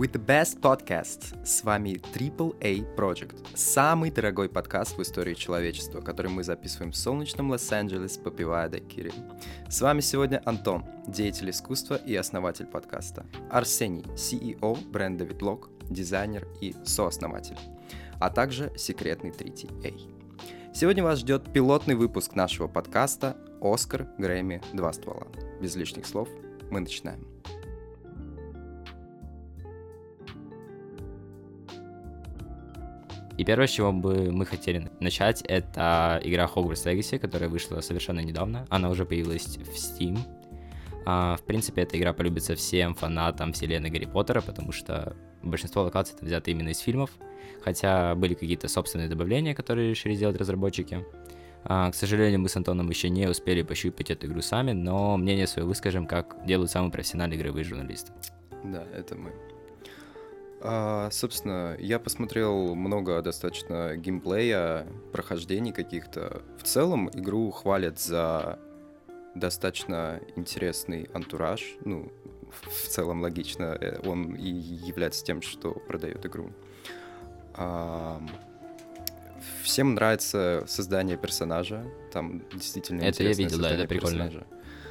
With the best podcast. С вами AAA Project. Самый дорогой подкаст в истории человечества, который мы записываем в солнечном Лос-Анджелес, попивая дайкири. С вами сегодня Антон, деятель искусства и основатель подкаста. Арсений, CEO бренда Витлог, дизайнер и сооснователь. А также секретный третий A. Сегодня вас ждет пилотный выпуск нашего подкаста «Оскар, Грэмми, два ствола». Без лишних слов, мы начинаем. И первое, с чего бы мы хотели начать, это игра Hogwarts Legacy, которая вышла совершенно недавно. Она уже появилась в Steam. В принципе, эта игра полюбится всем фанатам вселенной Гарри Поттера, потому что большинство локаций там взято именно из фильмов, хотя были какие-то собственные добавления, которые решили сделать разработчики. К сожалению, мы с Антоном еще не успели пощупать эту игру сами, но мнение свое выскажем, как делают самые профессиональные игровые журналисты. Да, это мы. Собственно, я посмотрел много достаточно геймплея, прохождений каких-то. В целом, игру хвалят за достаточно интересный антураж. Ну, в целом, логично, он и является тем, что продает игру. Всем нравится создание персонажа. Там действительно это интересное я видел, создание да, это прикольно. персонажа.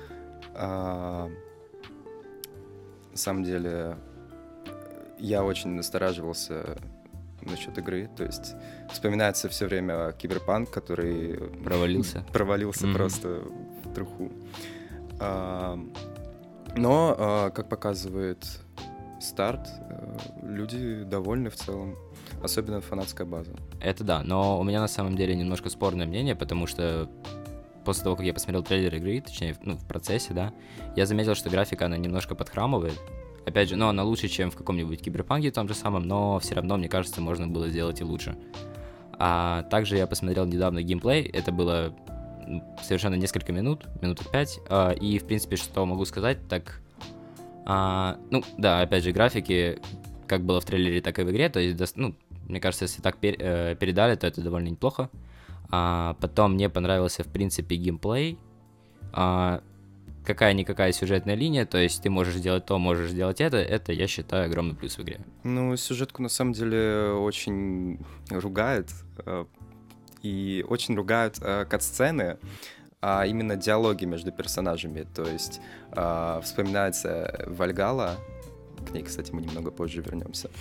На самом деле, я очень настораживался насчет игры. То есть вспоминается все время Киберпанк, который провалился просто в труху. Но, как показывает старт, люди довольны в целом. Особенно фанатская база. Это да, но у меня на самом деле немножко спорное мнение, потому что после того, как я посмотрел трейлер игры, точнее, в процессе, да, я заметил, что графика, она немножко подхрамывает. Опять же, она лучше, чем в каком-нибудь Киберпанке том же самом, но все равно, мне кажется, можно было сделать и лучше. А также я посмотрел недавно геймплей, это было совершенно несколько минут 5, и, в принципе, что могу сказать, так... да, опять же, графики, как было в трейлере, так и в игре, то есть, мне кажется, если так передали, то это довольно неплохо. Потом мне понравился, в принципе, геймплей, какая-никакая сюжетная линия, то есть ты можешь делать то, можешь делать это, я считаю, огромный плюс в игре. Ну, сюжетку, на самом деле, очень ругают, и очень ругают кат-сцены, а именно диалоги между персонажами, то есть вспоминается Вальгалла, к ней, кстати, мы немного позже вернемся,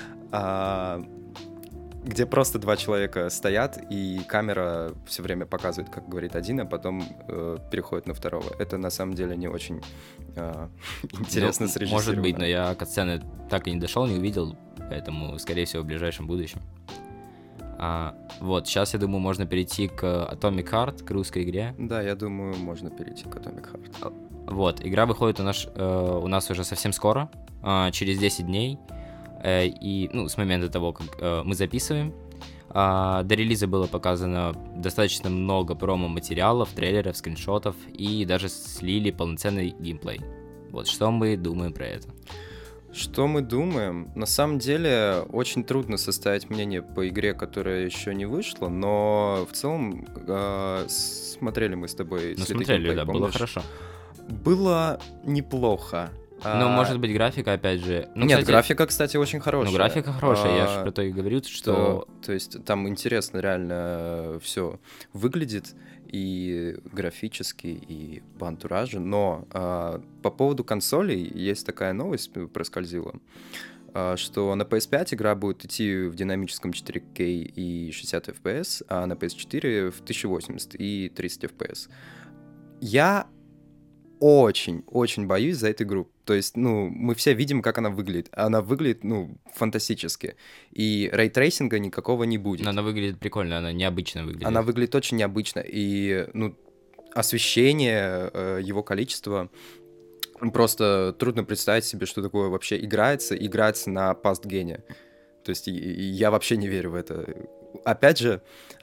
где просто два человека стоят, и камера все время показывает, как говорит один, а потом переходит на второго. Это на самом деле не очень интересно срежиссировано. Может быть, но я катсцены так и не дошел, не увидел, поэтому, скорее всего, в ближайшем будущем. Сейчас, я думаю, можно перейти к Atomic Heart, к русской игре. Да, я думаю, можно перейти к Atomic Heart. Игра выходит у нас уже совсем скоро, через 10 дней. И, с момента того, как мы записываем, до релиза было показано достаточно много промо-материалов, трейлеров, скриншотов, и даже слили полноценный геймплей. Что мы думаем про это? Что мы думаем? На самом деле, очень трудно составить мнение по игре, которая еще не вышла, но в целом смотрели мы с тобой следы геймплея, да, помнишь? было хорошо. Было неплохо. Может быть, графика, опять же... Нет, кстати, графика, кстати, очень хорошая. Графика хорошая, я же про то и говорю, что... То есть там интересно реально все выглядит и графически, и по антуражу, но по поводу консолей есть такая новость, проскользила, что на PS5 игра будет идти в динамическом 4К и 60 FPS, а на PS4 в 1080 и 30 FPS. Я очень боюсь за эту игру. То есть, мы все видим, как она выглядит. Она выглядит, фантастически. И рейтрейсинга никакого не будет. Но она выглядит прикольно, она необычно выглядит. Она выглядит очень необычно. И, освещение, его количество... Просто трудно представить себе, что такое вообще играется на пастгене. То есть, я вообще не верю в это. Опять же,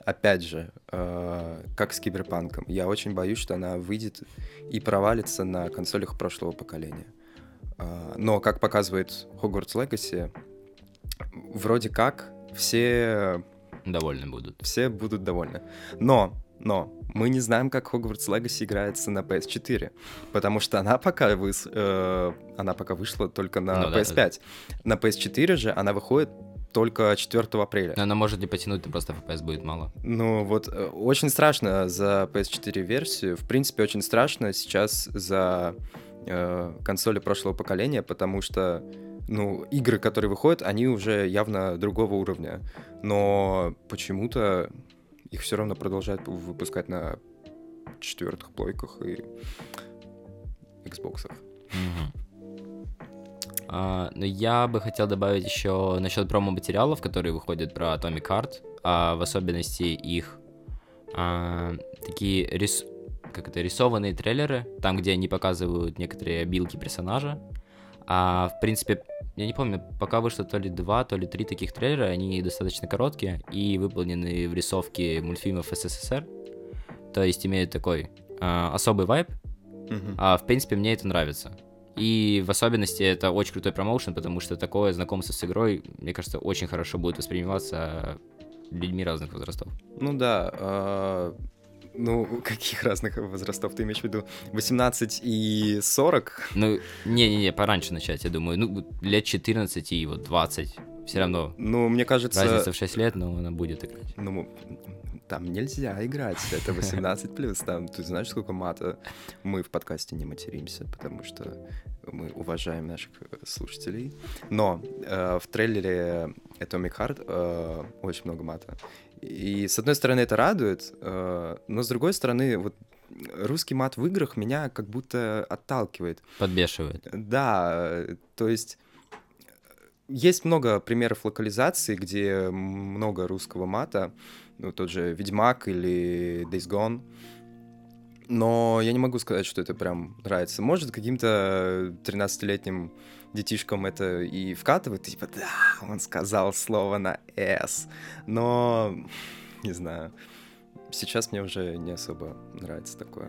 как с Киберпанком, я очень боюсь, что она выйдет и провалится на консолях прошлого поколения. Но, как показывает Hogwarts Legacy, вроде как все... довольны будут. Все будут довольны. Но мы не знаем, как Hogwarts Legacy играется на PS4, потому что она пока вышла только на PS5. На PS4 же она выходит только 4 апреля. Но она может не потянуть, но просто FPS будет мало. Ну вот, очень страшно за PS4 версию. В принципе, очень страшно сейчас за консоли прошлого поколения, потому что, ну, игры, которые выходят, они уже явно другого уровня. Но почему-то их все равно продолжают выпускать на 4-х плойках и Xbox'ах. Но я бы хотел добавить еще насчет промо-материалов, которые выходят про Atomic Heart, в особенности их такие рисованные трейлеры, там, где они показывают некоторые обилки персонажа. В принципе, я не помню, пока вышло то ли 2, то ли 3 таких трейлера, они достаточно короткие и выполнены в рисовке мультфильмов СССР, то есть имеют такой особый вайб, в принципе, мне это нравится. И в особенности это очень крутой промоушен, потому что такое знакомство с игрой, мне кажется, очень хорошо будет восприниматься людьми разных возрастов. Ну да, ну, каких разных возрастов ты имеешь в виду? 18 и 40? Ну, не, пораньше начать, я думаю. Ну, лет 14 и вот 20. Все равно. Ну, мне кажется... Разница в 6 лет, но она будет играть. Ну, там нельзя играть, это 18+, там, ты знаешь, сколько мата? Мы в подкасте не материмся, потому что мы уважаем наших слушателей. Но в трейлере Atomic Heart очень много мата. И, с одной стороны, это радует, но, с другой стороны, вот русский мат в играх меня как будто отталкивает. Подбешивает. Да, то есть есть много примеров локализации, где много русского мата, ну, тот же Ведьмак или Days Gone, но я не могу сказать, что это прям нравится. Может, каким-то 13-летним детишкам это и вкатывает, типа, да, он сказал слово на «с», но, не знаю, сейчас мне уже не особо нравится такое.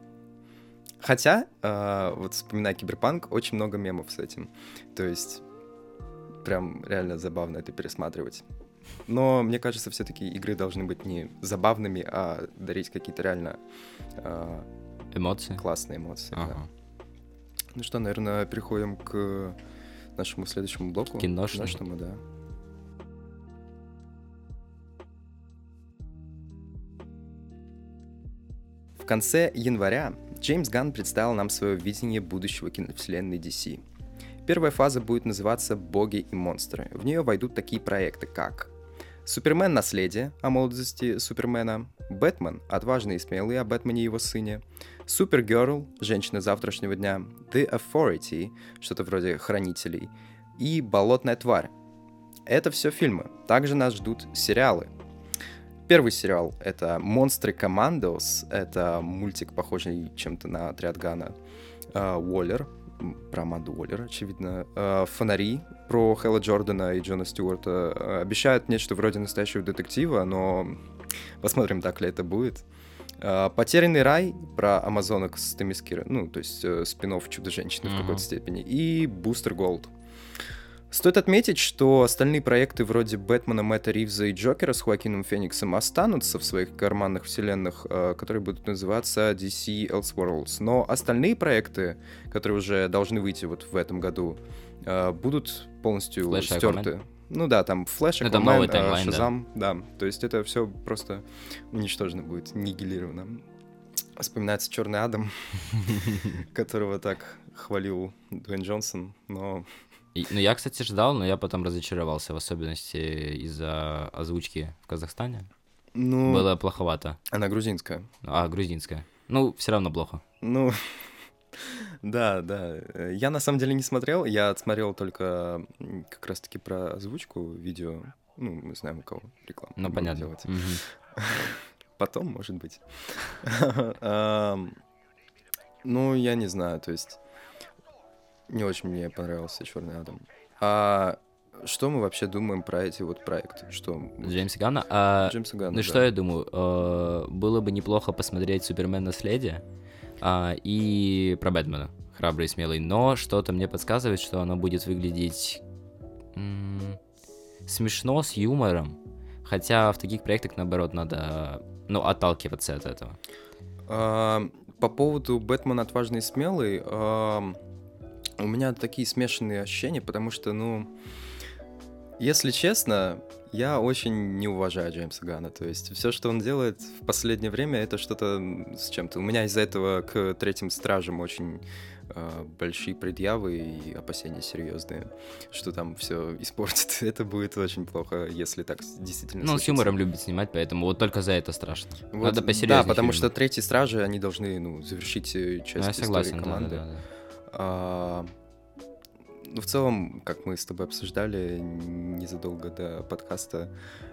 Хотя, вот вспоминая Киберпанк, очень много мемов с этим, то есть прям реально забавно это пересматривать. Но мне кажется, все-таки игры должны быть не забавными, а дарить какие-то реально эмоции. Классные эмоции. Ага. Да. Ну что, наверное, переходим к нашему следующему блоку. Киношному, да. В конце января Джеймс Ганн представил нам свое видение будущего киновселенной DC. Первая фаза будет называться «Боги и монстры». В нее войдут такие проекты, как Супермен «Наследие» о молодости Супермена, Бэтмен «Отважный и смелый» о Бэтмене и его сыне, Супергерл «Женщина завтрашнего дня», The Authority, что-то вроде «Хранителей», и «Болотная тварь». Это все фильмы. Также нас ждут сериалы. Первый сериал — это «Монстры Командос», это мультик, похожий чем-то на «Отряд Ганна», «Уоллер», про Аманду Уоллер, очевидно. «Фонари» про Хэлла Джордана и Джона Стюарта. Обещают нечто вроде настоящего детектива, но посмотрим, так ли это будет. «Потерянный рай» про амазонок с Темискира, ну, то есть спин-офф «Чудо-женщины» в какой-то степени. И «Бустер Голд». Стоит отметить, что остальные проекты вроде Бэтмена, Мэтта Ривза и Джокера с Хоакином Фениксом останутся в своих карманных вселенных, которые будут называться DC Elseworlds. Но остальные проекты, которые уже должны выйти вот в этом году, будут полностью стерты. Ну да, там Флэш, Аквамен, Шазам, да. То есть это все просто уничтожено будет, нигилировано. Вспоминается Черный Адам, которого так хвалил Дуэйн Джонсон, но... Ну, я, кстати, ждал, но я потом разочаровался, в особенности из-за озвучки в Казахстане. Ну, было плоховато. Она грузинская. Грузинская. Ну, все равно плохо. Ну, да. Я на самом деле не смотрел, я отсмотрел только как раз-таки про озвучку видео. Ну, мы знаем, у кого рекламу. Ну, понятно. Делать. Потом, может быть. Ну, я не знаю, то есть... Не очень мне понравился «Черный Адам». А что мы вообще думаем про эти вот проекты? Что... Джеймса Ганна? Джеймса Ганна, ну, да. Что я думаю? Было бы неплохо посмотреть «Супермен. Наследие» и про Бэтмена, «Храбрый и смелый», но что-то мне подсказывает, что оно будет выглядеть смешно, с юмором, хотя в таких проектах, наоборот, надо ну, отталкиваться от этого. По поводу «Бэтмен. Отважный и смелый», у меня такие смешанные ощущения, потому что, ну, если честно, я очень не уважаю Джеймса Ганна. То есть все, что он делает в последнее время, это что-то с чем-то. У меня из-за этого к «Третьим стражам» очень большие предъявы и опасения серьезные, что там все испортит. Это будет очень плохо, если так действительно Ну, он с случится. юмором любит снимать, поэтому вот только за это страшно. Вот, Надо посерьезнее да, потому фильмы. что «Третьи стражи», они должны, ну, завершить Ну, часть я истории согласен, команды. да. А, Ну, в целом, как мы с тобой обсуждали незадолго до подкаста,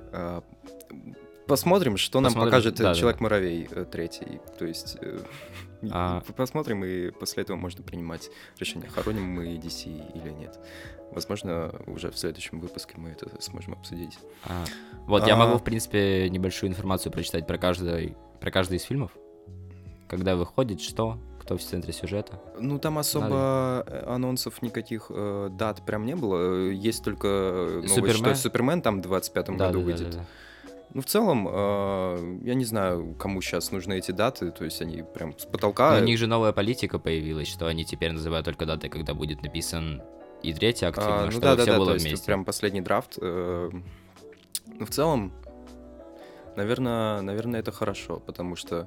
посмотрим, что нам Посмотрим, покажет да. Человек-муравей третий. То есть А- посмотрим, и после этого можно принимать решение, хороним мы DC или нет. Возможно, уже в следующем выпуске мы это сможем обсудить. Вот, я могу, в принципе, небольшую информацию прочитать про каждый из фильмов. Когда выходит, что, кто в центре сюжета. Ну, там особо анонсов никаких дат прям не было. Есть только новость, что Супермен там в 25-м году выйдет. Да. Ну, в целом, я не знаю, кому сейчас нужны эти даты, то есть они прям с потолка... Но у них же новая политика появилась, что они теперь называют только даты, когда будет написан и третий акт фильма, ну чтобы все было то вместе. есть прям последний драфт. Ну, в целом, наверное, это хорошо, потому что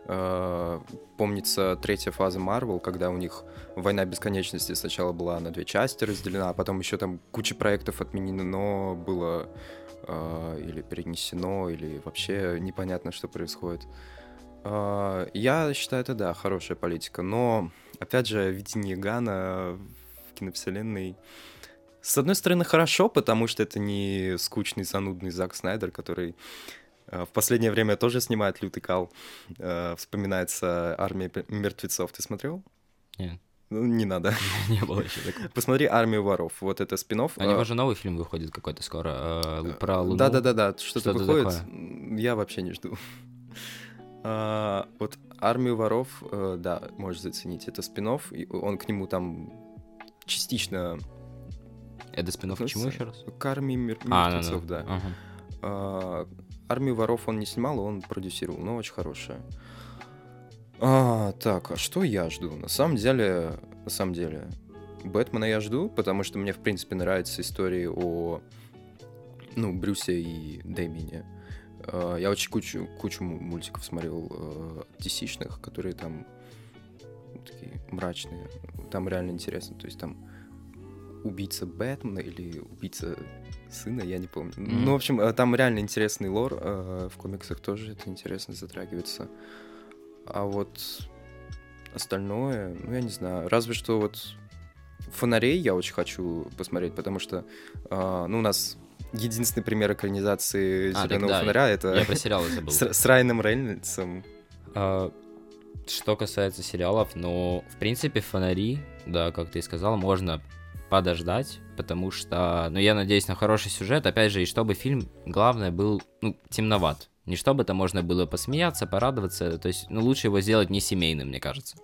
помнится третья фаза Marvel, когда у них «Война бесконечности» сначала была на 2 части разделена, а потом еще там куча проектов отменено было или перенесено, или вообще непонятно, что происходит. Я считаю, это, да, хорошая политика, но, опять же, видение Ганна в киновселенной с одной стороны хорошо, потому что это не скучный, занудный Зак Снайдер, который в последнее время тоже снимает лютый кал. Вспоминается «Армия мертвецов». Ты смотрел? Нет. Ну, не надо. Не было еще такого. Посмотри «Армию воров». Вот это спин-офф. У него же новый фильм выходит какой-то скоро про Луну. Да, что-то выходит. Такое. Я вообще не жду. Вот «Армию воров», да, можешь заценить. Это спин-офф, и он к нему там частично... Это спин-офф к чему еще раз? К «Армии мертвецов», да. Ага. «Армию воров» он не снимал, он продюсировал, но очень хорошая. Так, а что я жду? На самом деле, Бэтмена я жду, потому что мне, в принципе, нравятся истории о, Брюсе и Дэмине. Я очень кучу мультиков смотрел DC-шных, которые там такие мрачные. Там реально интересно. То есть там убийца Бэтмена или убийца сына, я не помню. Ну, в общем, там реально интересный лор. В комиксах тоже это интересно затрагивается. А вот остальное, я не знаю. Разве что вот «Фонарей» я очень хочу посмотреть, потому что, у нас единственный пример экранизации «Зеленого фонаря» — это я про сериалы забыл. с Райаном Рейнольдсом. Что касается сериалов, в принципе, «Фонари», да, как ты и сказал, можно подождать, потому что, я надеюсь на хороший сюжет, опять же, и чтобы фильм, главное, был, темноват. Не чтобы там можно было посмеяться, порадоваться, то есть, лучше его сделать не семейным, мне кажется.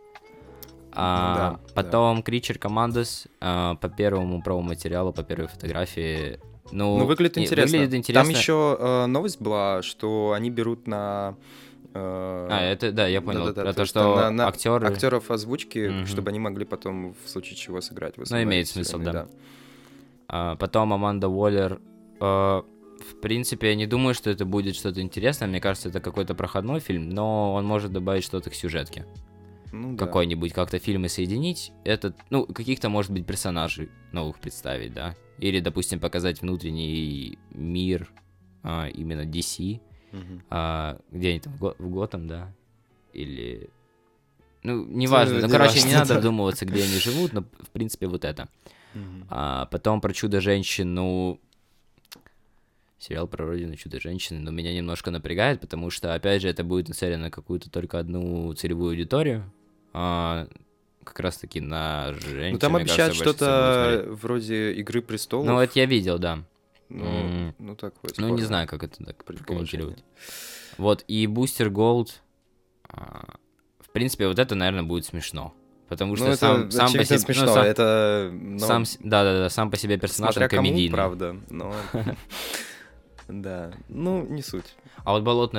Потом Creature Commandos по первому промо-материалу, по первой фотографии. Выглядит интересно. Там еще новость была, что они берут на... это, да, я понял. Да, то, что актеров озвучки, чтобы они могли потом, в случае чего, сыграть. Имеет смысл, да. Потом Аманда Уоллер. В принципе, я не думаю, что это будет что-то интересное. Мне кажется, это какой-то проходной фильм, но он может добавить что-то к сюжетке. Какой-нибудь, как-то фильмы соединить. Каких-то, может быть, персонажей новых представить, да. Или, допустим, показать внутренний мир именно DC. Где они там, в Готэм, да? Или... неважно. Не надо вдумываться, где они живут, но, в принципе, вот это. Потом про Чудо-женщину... Сериал про родину Чудо-женщины, но меня немножко напрягает, потому что, опять же, это будет нацелено на какую-то только одну целевую аудиторию, как раз-таки на женщин. Там обещают что-то вроде «Игры престолов». Это я видел, да. Такое. Не знаю, как это так прокомментировать. Вот, и Бустер Голд, в принципе, вот это, наверное, будет смешно. Потому что сам по себе... смешно, это... сам по себе персонаж, он Смотря комедийный. кому, правда, но... Да, не суть. А вот «Болотная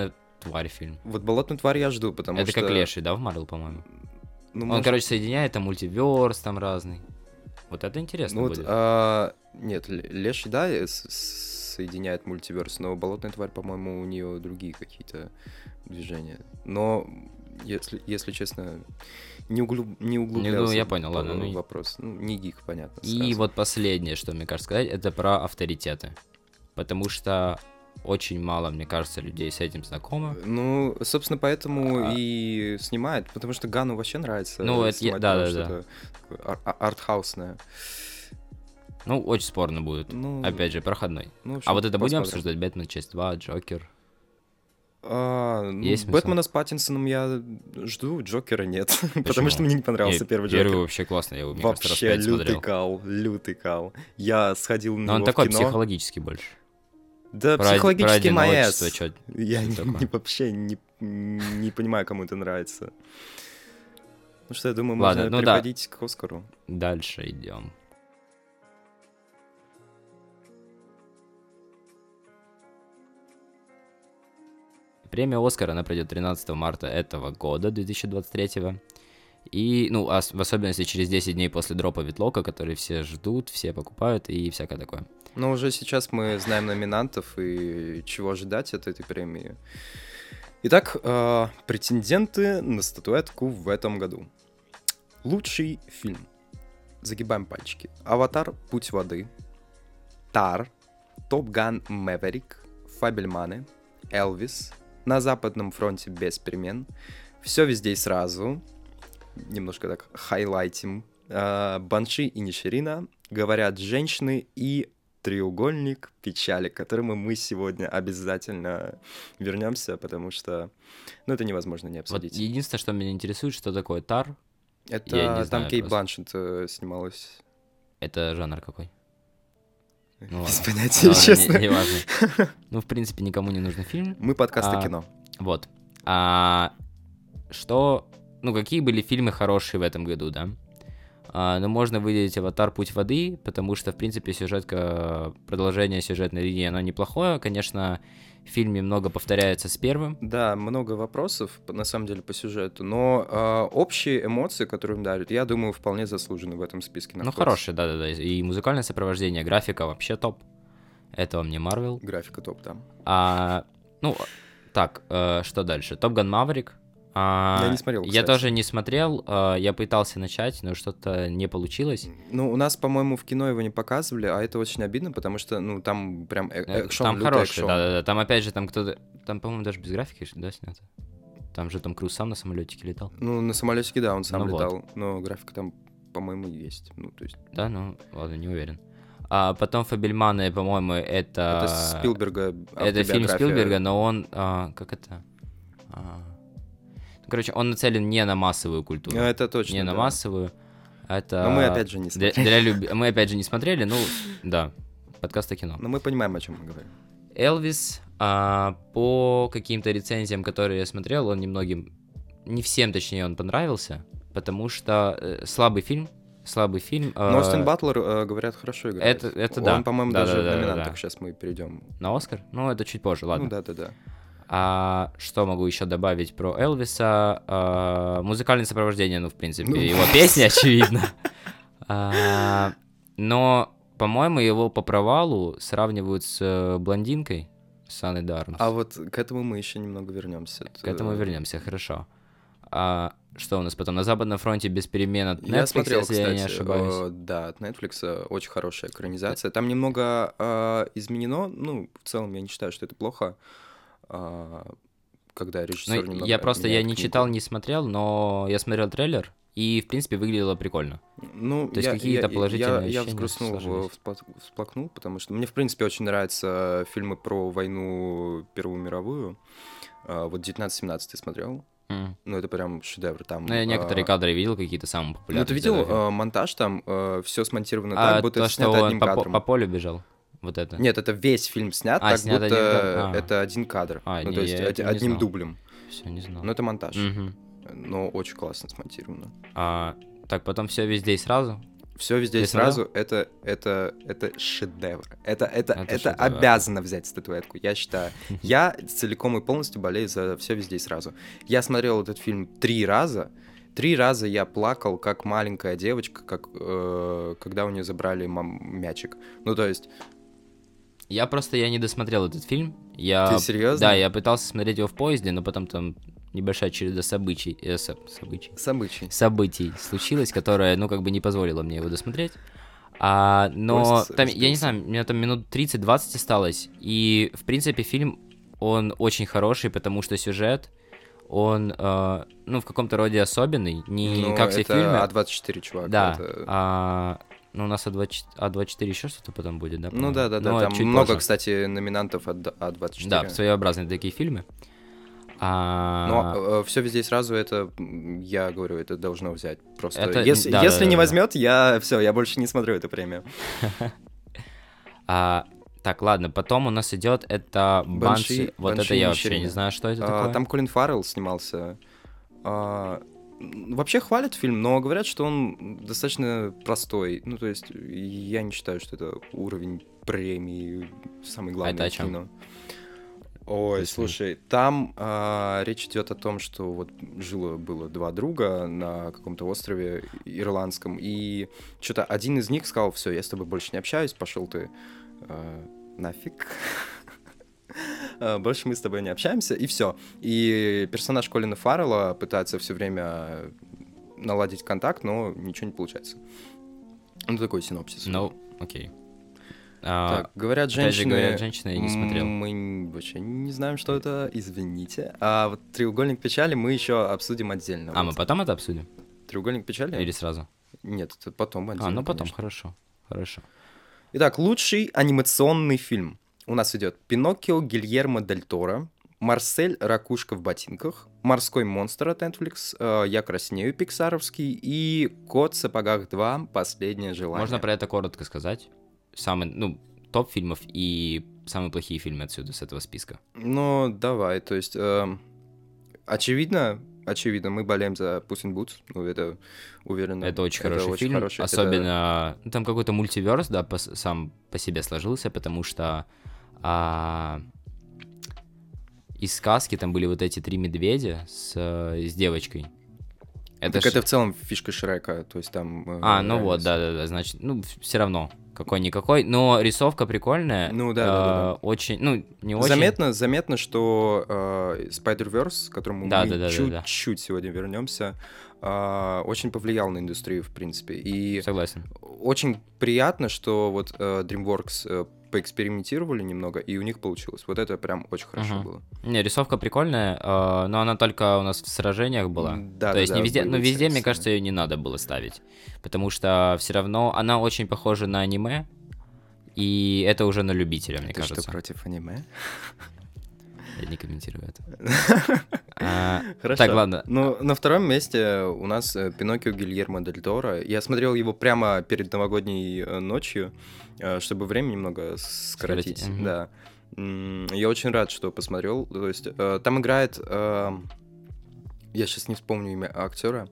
тварь фильм. Вот «Болотную тварь» я жду, потому это что... как Леший, да, в Марвел, по-моему? Ну, Он, может... короче, соединяет там мультиверс там разный. Вот это интересно Ну, будет. нет, Леший, да, соединяет мультиверс, но «Болотная тварь», по-моему, у нее другие какие-то движения. Но, если честно, не углублялся я понял, ладно. в вопрос. Ну, не гик, понятно. И сразу. вот последнее, что мне кажется сказать, это про авторитеты. Потому что очень мало, мне кажется, людей с этим знакомы. Ну, собственно, поэтому и снимает, потому что Ганну вообще нравится снимать да. Что-то артхаусное. Ну, очень спорно будет. Ну, опять же, проходной. Ну, в общем, а вот это будем посмотрим. обсуждать? «Бэтмен. Часть 2», «Джокер»? Есть Бэтмена с Паттинсоном я жду, Джокера нет. Потому что мне не понравился первый Джокер. Первый вообще классный, я его, мне кажется, раз Вообще 5 смотрел. лютый кал. Я сходил на Но он него в такой кино. психологический больше. Да, Про психологический одиночество, маэс. чё Я такое? вообще не понимаю, кому это нравится. Ну что, я думаю, Ладно, можно ну да. переходить к Оскару. Дальше идем. Премия «Оскар», она пройдет 13 марта этого года, 2023. И, ну, в особенности через 10 дней после дропа Витлока, который все ждут, все покупают и всякое такое. Но уже сейчас мы знаем номинантов и чего ожидать от этой премии. Итак, претенденты на статуэтку в этом году. Лучший фильм. Загибаем пальчики. «Аватар. Путь воды», «Тар», «Топ Ган Мэверик», «Фабельманы», «Элвис», «На западном фронте без перемен», «Все везде и сразу», немножко так хайлайтим, «Банши и Ниширина», «Говорят женщины» и «Треугольник печали», к которому мы сегодня обязательно вернемся, потому что, ну, это невозможно не обсудить. Вот единственное, что меня интересует, что такое «Тар». Это там Кейт Бланшетт снималась. Это жанр какой? Ну, без понятия, честно. Не важно. Ну, в принципе, никому не нужен фильм. Мы подкаст о кино. Вот. Ну, какие были фильмы хорошие в этом году, да? Ну, можно выделить «Аватар. Путь воды», потому что, в принципе, продолжение сюжетной линии, оно неплохое. Конечно, в фильме много повторяется с первым. Да, много вопросов, на самом деле, по сюжету, но общие эмоции, которые им дарят, я думаю, вполне заслужены в этом списке находятся. Ну, хорошие, да-да-да. И музыкальное сопровождение, графика вообще топ. Это вам не Марвел. Графика топ, да. Что дальше? «Топ Ган Маверик». Я не смотрел, кстати. Я тоже не смотрел, я пытался начать, но что-то не получилось. Ну, у нас, по-моему, в кино его не показывали, а это очень обидно, потому что, ну, там прям экшон, там лютый хороший, экшон. да-да-да. Там, опять же, там кто-то... Там, по-моему, даже без графики, да, снято? Там же Том Круз сам на самолетике летал. Ну, на самолетике, да, он сам Ну летал, вот. но графика там, по-моему, есть. Ну, то есть... Да, ну, ладно, не уверен. А потом «Фабельманы», по-моему, это... Это Спилберга, Это фильм Спилберга, но он... Как это? Короче, он нацелен не на массовую культуру. Это точно, не на массовую. Это... Но мы опять же не смотрели. Мы опять же не смотрели, ну, да. Подкаст о кино. Но мы понимаем, о чем мы говорим. Элвис, по каким-то рецензиям, которые я смотрел, он немногим... Не всем, точнее, он понравился, потому что слабый фильм. Но Остин Батлер, говорят, хорошо играет. Это да. Он, по-моему, Да, даже да, в да, номинантах. да. Сейчас мы перейдем. На Оскар? Ну, это чуть позже, ладно. Ну, да. Что могу еще добавить про Элвиса? Музыкальное сопровождение, ну, в принципе, его песни, очевидно. Но, по-моему, его по провалу сравнивают с «Блондинкой», с Анной де Армс. А вот к этому мы еще немного вернемся. К этому вернемся, хорошо. Что у нас потом? «На западном фронте без перемен» от Netflix, я смотрел, если кстати, я не ошибаюсь. Да, от Netflix очень хорошая экранизация. Там немного изменено, ну, в целом я не считаю, что это плохо, когда режиссер немного Я не книгу. читал, не смотрел, но я смотрел трейлер, и, в принципе, выглядело прикольно. Ну, то есть какие-то положительные ощущения я взгрустнул, всплакнул, потому что мне, в принципе, очень нравятся фильмы про войну Первую мировую. Вот «1917» ты смотрел? Ну, это прям шедевр. Там, я некоторые кадры видел, какие-то самые популярные. Ну, ты видел монтаж там, все смонтировано так, будто это снято одним кадром. По полю бежал? Вот это? Нет, это весь фильм снят, так снят будто это один кадр. Ну, то есть одним дублем. Все, не знал. Ну, это монтаж. Но очень классно смонтировано. Так, потом «Все везде и сразу». Все везде Ты и сразу это шедевр. Это шедевр. обязано взять статуэтку, я считаю. Я целиком и полностью болею за все везде и сразу. Я смотрел этот фильм 3 раза. 3 раза я плакал, как маленькая девочка, когда у нее забрали мячик. Ну, то есть... Я не досмотрел этот фильм. Ты серьезно? Да, я пытался смотреть его в поезде, но потом там небольшая череда событий случилась, которая, ну, как бы не позволила мне его досмотреть. Но там, я не знаю, у меня там минут 30-20 осталось, и, в принципе, фильм, он очень хороший, потому что сюжет, он, ну, в каком-то роде особенный, не как все фильмы. А24, чувак. Да, ну, у нас А24 еще что-то потом будет, да? Ну да, там много, позже. Кстати, номинантов от А24. Да, своеобразные такие фильмы. Но все везде и сразу это, я говорю, это должно взять. Просто если не возьмет, я больше не смотрю эту премию. Так, ладно, потом у нас идет это Банши. Вот это я вообще не знаю, что это такое. Там Колин Фаррелл снимался. Вообще хвалят фильм, но говорят, что он достаточно простой. Ну, то есть, я не считаю, что это уровень премии, самый главный. Это о чем? Кино. Ой, слушай, там речь идет о том, что вот было 2 друга на каком-то острове ирландском, и что-то один из них сказал: все, я с тобой больше не общаюсь, пошел ты нафиг. Больше мы с тобой не общаемся, и все. И персонаж Колина Фаррелла пытается все время наладить контакт, но ничего не получается. Ну, такой синопсис. Ну, окей. Так, говорят женщины... я не смотрел. Мы вообще не знаем, что это, извините. А вот «Треугольник печали» мы еще обсудим отдельно. Мы потом это обсудим? «Треугольник печали»? Или сразу? Нет, это потом отдельно. Потом, конечно. Хорошо. Итак, лучший анимационный фильм. У нас идет «Пиноккио» Гильермо Дель Торо, «Марсель. Ракушка в ботинках», «Морской монстр» от Netflix, «Я краснею» пиксаровский и «Кот в сапогах 2. Последнее желание». Можно про это коротко сказать? Топ фильмов и самые плохие фильмы отсюда, с этого списка. Ну, давай, то есть, очевидно, мы болеем за Puss in Boots, ну, это уверенно. Это очень хороший фильм, особенно, там какой-то мультиверс, да, сам по себе сложился, потому что из сказки там были вот эти 3 медведя с девочкой. Это в целом фишка Шрека, то есть там... да, значит, все равно, какой-никакой, но рисовка прикольная. Ну, да. Очень, не очень... Заметно, что Spider-Verse, к которому мы чуть-чуть сегодня вернемся, очень повлиял на индустрию, в принципе. И согласен. Очень приятно, что вот DreamWorks поэкспериментировали немного, и у них получилось. Вот это прям очень хорошо было. Не, рисовка прикольная, но она только у нас в сражениях была. То есть не везде, везде, мне кажется, ее не надо было ставить. Потому что все равно она очень похожа на аниме, и это уже на любителя, мне кажется. Ты что, против аниме? Я не комментирую это. Хорошо. Так, ладно. Ну, на втором месте у нас «Пиноккио» Гильермо Дель Торо. Я смотрел его прямо перед новогодней ночью, чтобы время немного сократить. Да. Я очень рад, что посмотрел. То есть там играет... Я сейчас не вспомню имя актера.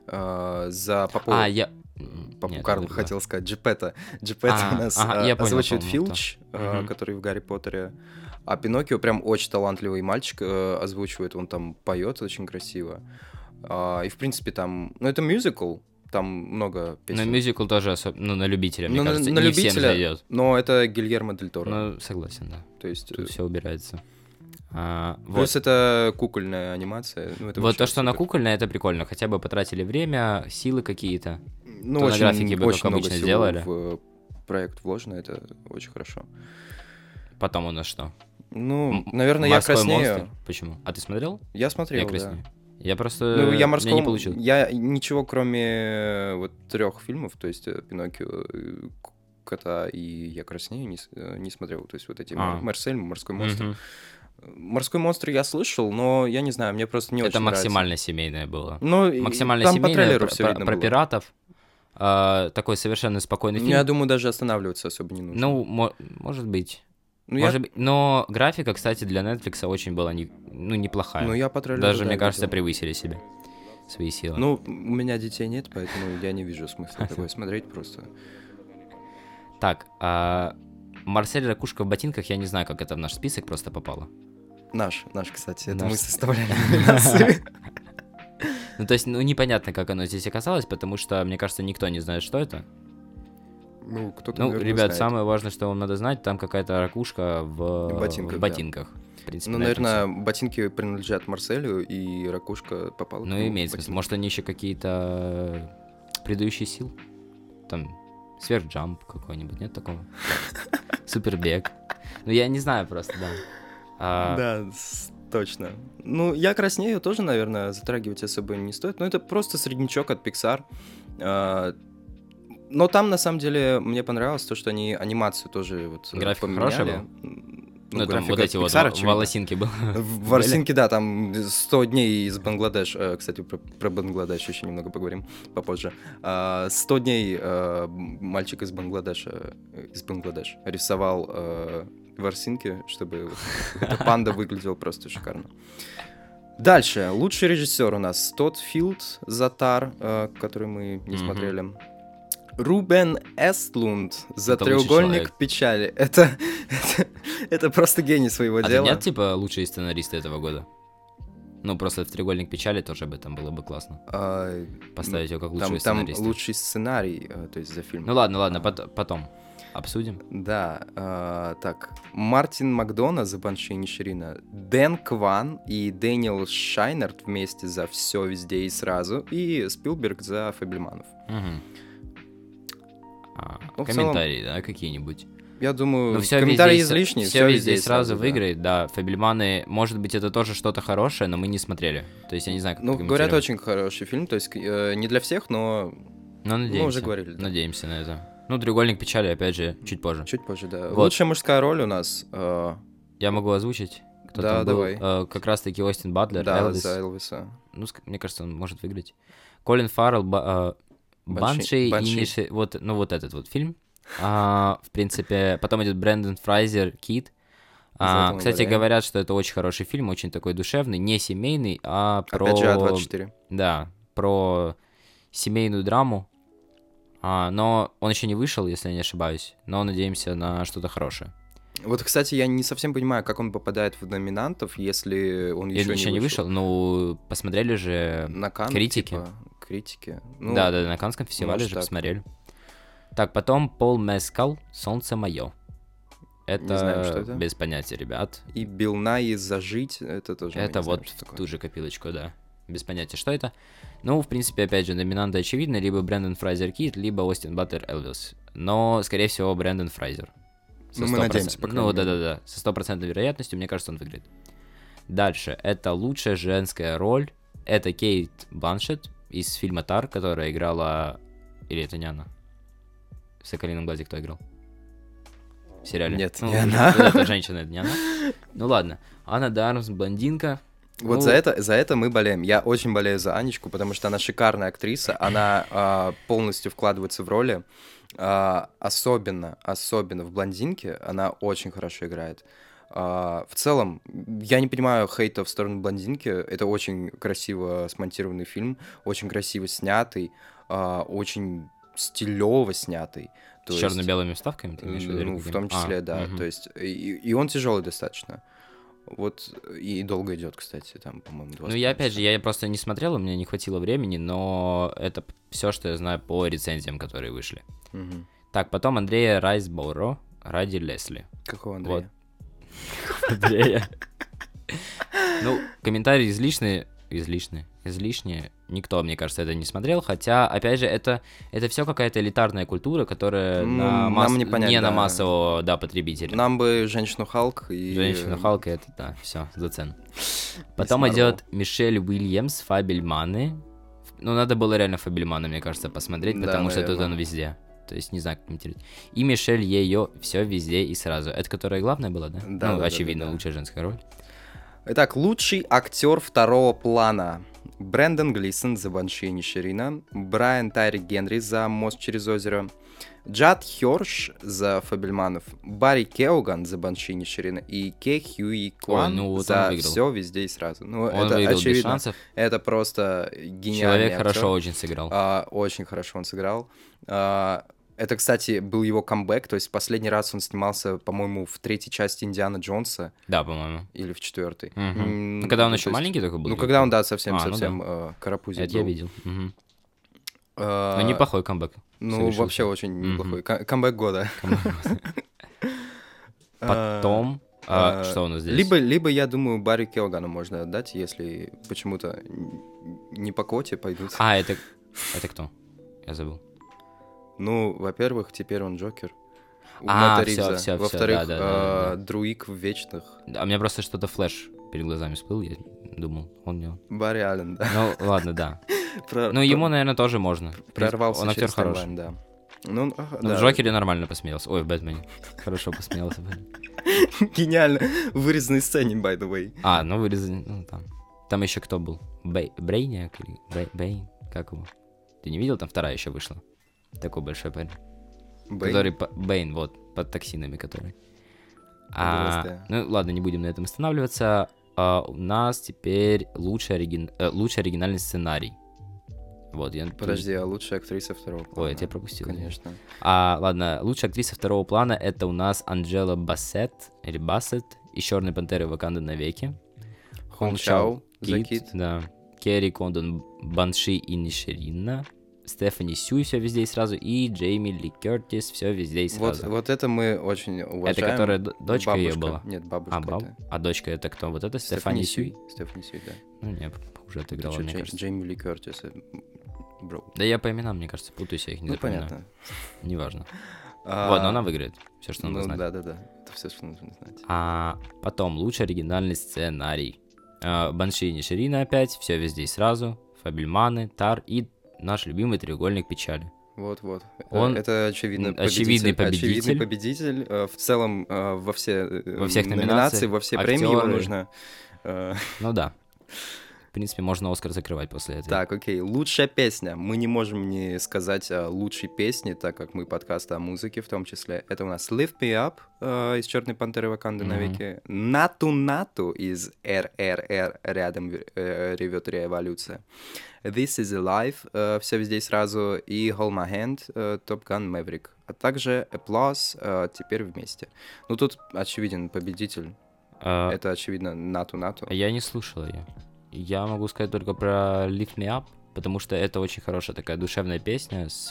За Папу... Папу Карлу хотел сказать. Джипетто. Джипетто у нас озвучивает Филч, который в «Гарри Поттере». А Пиноккио прям очень талантливый мальчик, озвучивает, он там поет очень красиво. И, в принципе, там... Ну, это мюзикл, там много песен. Но мюзикл тоже на любителя, мне кажется, не всем зайдет. Но это Гильермо Дель Торо. Ну, согласен, да. То есть... Тут все убирается. Плюс это кукольная анимация. Вот то, что она кукольная, это прикольно. Хотя бы потратили время, силы какие-то. Ну, очень, на графике бы, как обычно, сделали. В проект вложено, это очень хорошо. Потом у нас что? Ну, наверное, «Я краснею». Монстр? Почему? А ты смотрел? Я смотрел, «Я краснею». Да. Я просто не получил. Я ничего, кроме вот 3 фильмов, то есть «Пиноккио», «Кота» и «Я краснею», не смотрел. То есть вот эти «Марсель», «Морской монстр». «Морской монстр» я слышал, но я не знаю, мне просто не очень нравится. Это максимально семейное было. Ну, максимально там семейное, по трейлеру все видно про было. Пиратов. Такой совершенно спокойный фильм. Я думаю, даже останавливаться особо не нужно. Ну, может быть. Но графика, кстати, для Netflix очень была неплохая. Ну, я по трейлеру, даже, мне кажется, превысили себя. свои силы. Ну, у меня детей нет, поэтому я не вижу смысла такое смотреть просто. Так, Марсель Ракушка в ботинках, я не знаю, как это в наш список просто попало. Наш, кстати, это Наш. мы составляли номинации. Ну, то есть, непонятно, как оно здесь оказалось, потому что, мне кажется, никто не знает, что это. Ну, кто-то, Ну, наверное, ребят, знает. самое важное, что вам надо знать, там какая-то ракушка в ботинках, ботинках. В принципе, Ну, на этом наверное, всё. ботинки принадлежат Марселю, и ракушка попала к Ну, нему в имеет смысл. ботинки. Может, они еще какие-то придающие сил? Там, сверхджамп какой-нибудь, нет такого? Супербег. Ну, я не знаю просто, да. Да, точно. Ну, я краснею тоже, наверное, затрагивать особо не стоит. Но это просто среднячок от Pixar. Но там, на самом деле, мне понравилось то, что они анимацию тоже вот Графика поменяли. хорошая была? Ну, там вот графика эти вот Pixar, очевидно. волосинки были. В Ворсинке, да, там 100 дней из Бангладеш. Кстати, про Бангладеш еще немного поговорим попозже. 100 дней мальчик из Бангладеш рисовал ворсинки, чтобы эта панда выглядела просто шикарно. Дальше. Лучший режиссер у нас Тодд Филд за Тар, который мы не смотрели. Рубен Эстлунд за Это лучший «Треугольник человек. печали». Это просто гений своего А дела. нет, типа, лучшие сценаристы этого года? Ну, просто в «Треугольник печали» тоже об этом было бы классно. Поставить его как лучшего Там сценариста. лучший сценарий, то есть за фильм. Ну ладно, потом обсудим. Да, так. Мартин Макдона за «Банши Иниширина», Дэн Кван и Дэниел Шайнерт вместе за «Все везде и сразу», и Спилберг за «Фабельманов». Ну, в Комментарии, да, какие-нибудь? Я думаю, Ну, всё комментарии везде и излишние. Все везде и сразу да. выиграет, да. Фабельманы, может быть, это тоже что-то хорошее, но мы не смотрели. То есть я не знаю, как Ну, говорят, комментировать. очень хороший фильм, то есть не для всех, но Но надеемся. мы уже говорили. Да. Надеемся на это. Ну, «Треугольник печали», опять же, чуть позже. Чуть позже, да. Вот. Лучшая мужская роль у нас. Я могу озвучить, кто Да, там был. давай. Как раз-таки Остин Батлер, Да, Элвис. за Элвиса. Ну, мне кажется, он может выиграть. Колин Фаррелл, Банши и вот этот вот фильм. В принципе, потом идет Брэндон Фрайзер, Кит. Кстати, говорят, что это очень хороший фильм, очень такой душевный, не семейный, а про... Опять же, А24. Да, про семейную драму. Но он еще не вышел, если я не ошибаюсь. Но надеемся на что-то хорошее. Вот, кстати, я не совсем понимаю, как он попадает в номинантов, если он еще не вышел. Ну, посмотрели же На Канн, критики. типа, критики. Ну, Да, на Каннском фестивале может же так. посмотрели. Так, потом Пол Мескал, «Солнце мое». Это Не знаю, что это. без понятия, ребят. И Билл Найи «Зажить», это тоже... Это не вот знаю, что в такое. ту же копилочку, да. Без понятия, что это. Ну, в принципе, опять же, номинанты очевидны. Либо Брэндон Фрайзер Кит, либо Остин Батлер Элвис. Но, скорее всего, Брэндон Фрайзер. Ну, мы надеемся, по крайней Ну, мере. да. Со 100% вероятностью, мне кажется, он выиграет. Дальше. Это лучшая женская роль. Это Кейт Бланшетт из фильма «Тар», которая играла... Или это не она? В «Соколином глазе» кто играл? В сериале? Нет, Ну, не она. вот эта женщина, это не она. Ну, ладно. Анна де Армс, блондинка. Вот Ну, за это мы болеем. Я очень болею за Анечку, потому что она шикарная актриса, она полностью вкладывается в роли. Особенно в «Блондинке» она очень хорошо играет. В целом, я не понимаю хейта в сторону «Блондинки». Это очень красиво смонтированный фильм, очень красиво снятый, очень стилево снятый. С черно-белыми вставками, ты имеешь в виду? Ну, в том числе, да. Мгм. То есть, и он тяжелый достаточно. Вот, и долго идет, кстати, там, по-моему, 20 Ну, я опять же, я просто не смотрел, у меня не хватило времени, но это все, что я знаю по рецензиям, которые вышли. Мгм. Так, потом Андрея Райсборо ради Лесли. Какого Андрея? Вот. Андрея. Ну, комментарии излишние. Никто, мне кажется, это не смотрел. Хотя, опять же, это все какая-то элитарная культура, которая Нам не понять, не на да. массового потребителя. Нам бы «Женщину Халк» и... Женщина Халка, это да, все, зацен. Потом Марвел. идет Мишель Уильямс, Фабельманы. Ну, надо было реально Фабельмана, мне кажется, посмотреть, Да, потому что тут наверное. он везде. То есть, не знаю, как комментировать. И Мишель Ее, все везде и сразу. Это которая главная была, да? Да, Ну, да, очевидно, да. лучшая женская роль. Итак, лучший актер второго плана. Брэндон Глисон за «Банши и Ниширина», Брайан Тайрик Генри за «Мост через озеро», Джад Хёрш за «Фабельманов», Барри Кеоган за «Банши и Ниширина» и Ке Хьюи Кван вот за «Все везде и сразу». Ну, он это выиграл без очевидно. шансов. Это просто гениальный Человек актер. хорошо очень сыграл. Очень хорошо он сыграл. Это, кстати, был его камбэк, то есть последний раз он снимался, по-моему, в третьей части «Индиана Джонса». Да, по-моему. Или в четвертой. Ну, когда он еще маленький такой был? Ну, когда он, да, совсем ну карапузик это был. я видел. Ну, неплохой камбэк. Ну, совершился. вообще очень неплохой. Камбэк года. Потом... что у нас здесь? Либо, я думаю, Барри Кеогану можно отдать, если почему-то не по квоте пойдут. Это кто? Я забыл. Ну, во-первых, теперь он Джокер. У Мэтта Ривза. Всё. Во-вторых, да. Друик в «Вечных». А у меня просто что-то флеш перед глазами всплыл, я думал, он не он. Барри Аллен, да. Ну, ладно, да. Ну, ему, наверное, тоже можно. Прорвался он актер через хороший. таймлайн, да. Ну, в «Джокере» нормально посмеялся. Ой, в «Бэтмене». Хорошо посмеялся. Гениально. В вырезанной сцене, by the way. Ну вырезанный, ну там. Там еще кто был? Брейниак или Бэйн? Как его? Ты не видел? Там вторая еще вышла. Такой большой парень. Который Бэйн, вот, под токсинами, который. Ну ладно, не будем на этом останавливаться. У нас теперь лучший оригинальный сценарий. Вот, Подожди, а лучшая актриса второго плана? Ой, я тебя пропустил. Конечно. Ладно, лучшая актриса второго плана — это у нас Анджела Бассет из «Черной пантеры» Ваканда навеки. Хон Чао за «Кит». Да. Керри Кондон «Банши и Ниширина». Стефани Сюй «Все везде и сразу», и Джейми Ли Кертис «Все везде и сразу». Вот это мы очень уважаем. Это которая дочка ее была? Нет, бабушка. А дочка это кто? Вот это Стефани Сюй? Стефани Сюй, да. Ну, не, уже отыграла, мне кажется. Джейми Ли Кертис, бро. Да я по именам, мне кажется, путаюсь, я их не запоминаю. Понятно. Неважно. Вот, но она выиграет. Все, что надо знать. Да. Это все, что нужно знать. Потом, лучший оригинальный сценарий. «Банши и Ниширина» опять, «Все везде и сразу», «Фабельманы», «Тар» и наш любимый «Треугольник печали». Вот. Это очевидный победитель. Очевидный победитель. В целом, во всех номинациях, во все премии его нужно... Ну да. В принципе, можно «Оскар» закрывать после этого. Так, окей. Лучшая песня. Мы не можем не сказать о лучшей песне, так как мы подкаст о музыке в том числе. Это у нас «Lift Me Up» из «Черной пантеры» Ваканды навеки. «Нату Нату» из «РРР» рядом ревет революция. «This is Alive» «Все везде и сразу» и «Hold My Hand» Top Gun Maverick. А также «Applause» «Теперь вместе». Ну, тут очевиден победитель. Это, очевидно, «Нату Нату». Я не слушал ее. Я могу сказать только про Lift Me Up, потому что это очень хорошая такая душевная песня с...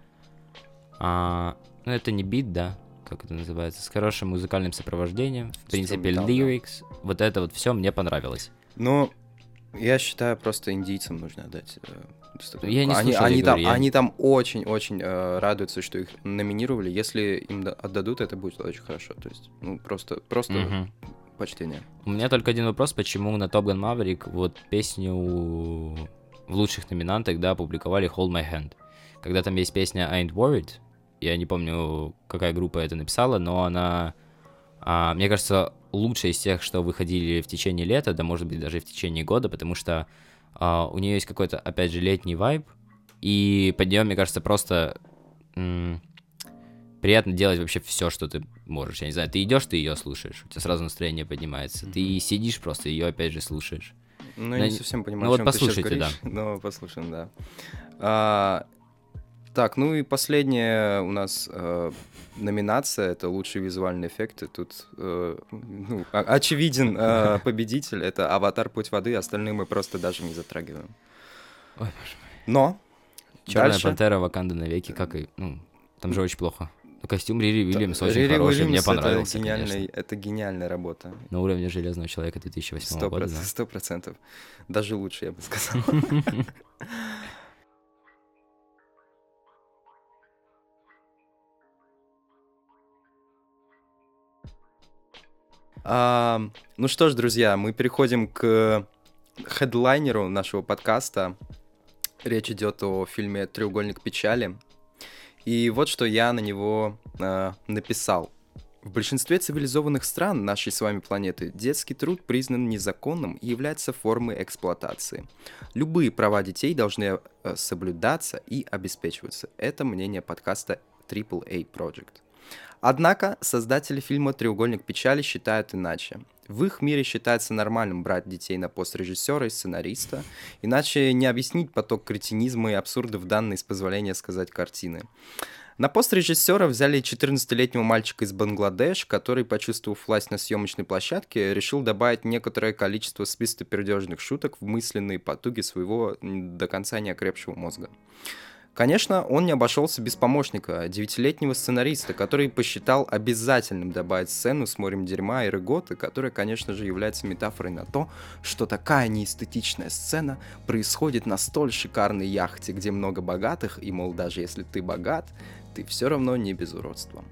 ну, это не бит, да? Как это называется? С хорошим музыкальным сопровождением. В принципе, lyrics. Да. Вот это вот все мне понравилось. Ну, я считаю, просто индийцам нужно отдать. Я не слушал, они там очень-очень радуются, что их номинировали. Если им отдадут, это будет очень хорошо. То есть, ну, просто почтение. У меня только один вопрос, почему на Top Gun Maverick вот песню в лучших номинантах, да, опубликовали Hold My Hand. Когда там есть песня I Ain't Worried, я не помню, какая группа это написала, но она, мне кажется, лучшая из тех, что выходили в течение лета, да, может быть, даже в течение года, потому что у нее есть какой-то, опять же, летний вайб, и под нее, мне кажется, просто... приятно делать вообще все, что ты можешь. Я не знаю, ты идешь, ты ее слушаешь, у тебя сразу настроение поднимается. Ты сидишь просто, ее опять же слушаешь. Ну, я не совсем понимаю, о чем ты сейчас говоришь. Но послушаем, да. Так, ну и последняя у нас номинация, это лучшие визуальные эффекты. Тут очевиден победитель, это «Аватар. Путь воды», остальные мы просто даже не затрагиваем. Ой, боже мой. Но «Черная пантера» Ваканда навеки, как и... Ну, там же очень плохо. Костюм Рири Уильямс очень хороший, мне понравился, это гениальная работа. На уровне «Железного человека» 2008 года, да? 100%. Даже лучше, я бы сказал. Ну что ж, друзья, мы переходим к хедлайнеру нашего подкаста. Речь идет о фильме «Треугольник печали». И вот что я на него написал. В большинстве цивилизованных стран нашей с вами планеты детский труд признан незаконным и является формой эксплуатации. Любые права детей должны соблюдаться и обеспечиваться. Это мнение подкаста AAA Project. Однако создатели фильма «Треугольник печали» считают иначе. В их мире считается нормальным брать детей на пост режиссера и сценариста, иначе не объяснить поток кретинизма и абсурда в данной, с позволения сказать, картины. На пост режиссера взяли 14-летнего мальчика из Бангладеш, который, почувствовав власть на съемочной площадке, решил добавить некоторое количество свистопердежных шуток в мысленные потуги своего до конца неокрепшего мозга. Конечно, он не обошелся без помощника, 9-летнего сценариста, который посчитал обязательным добавить сцену с морем дерьма и рыготы, которая, конечно же, является метафорой на то, что такая неэстетичная сцена происходит на столь шикарной яхте, где много богатых, и, мол, даже если ты богат, ты все равно не без уродства.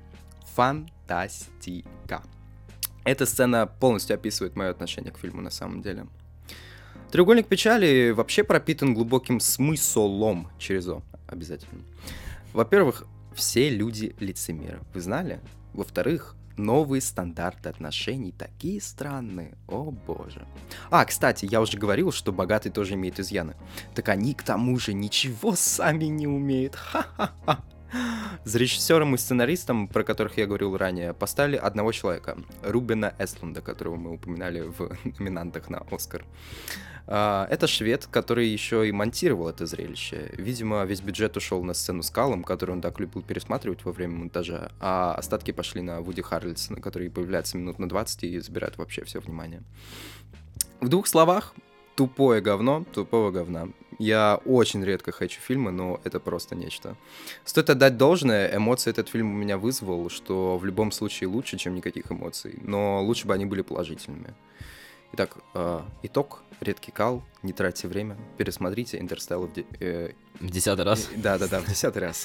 Фантастика. Эта сцена полностью описывает мое отношение к фильму на самом деле. «Треугольник печали» вообще пропитан глубоким смыслом через «о». Обязательно. Во-первых, все люди лицемеры. Вы знали? Во-вторых, новые стандарты отношений такие странные. О боже. Кстати, я уже говорил, что богатый тоже имеет изъяны. Так они, к тому же, ничего сами не умеют. Ха-ха-ха. За режиссером и сценаристом, про которых я говорил ранее, поставили одного человека, Рубена Эстлунда, которого мы упоминали в номинантах на Оскар. Это швед, который еще и монтировал это зрелище. Видимо, весь бюджет ушел на сцену с Калом, которую он так любил пересматривать во время монтажа, а остатки пошли на Вуди Харрельсона, который появляется минут на 20 и забирает вообще все внимание. В двух словах, тупое говно тупого говна. Я очень редко хочу фильмы, но это просто нечто. Стоит отдать должное, эмоции этот фильм у меня вызвал, что в любом случае лучше, чем никаких эмоций, но лучше бы они были положительными. Итак, итог. Редкий кал, не тратьте время, пересмотрите «Интерстеллар» в 10-й раз? Да-да-да, в 10-й раз.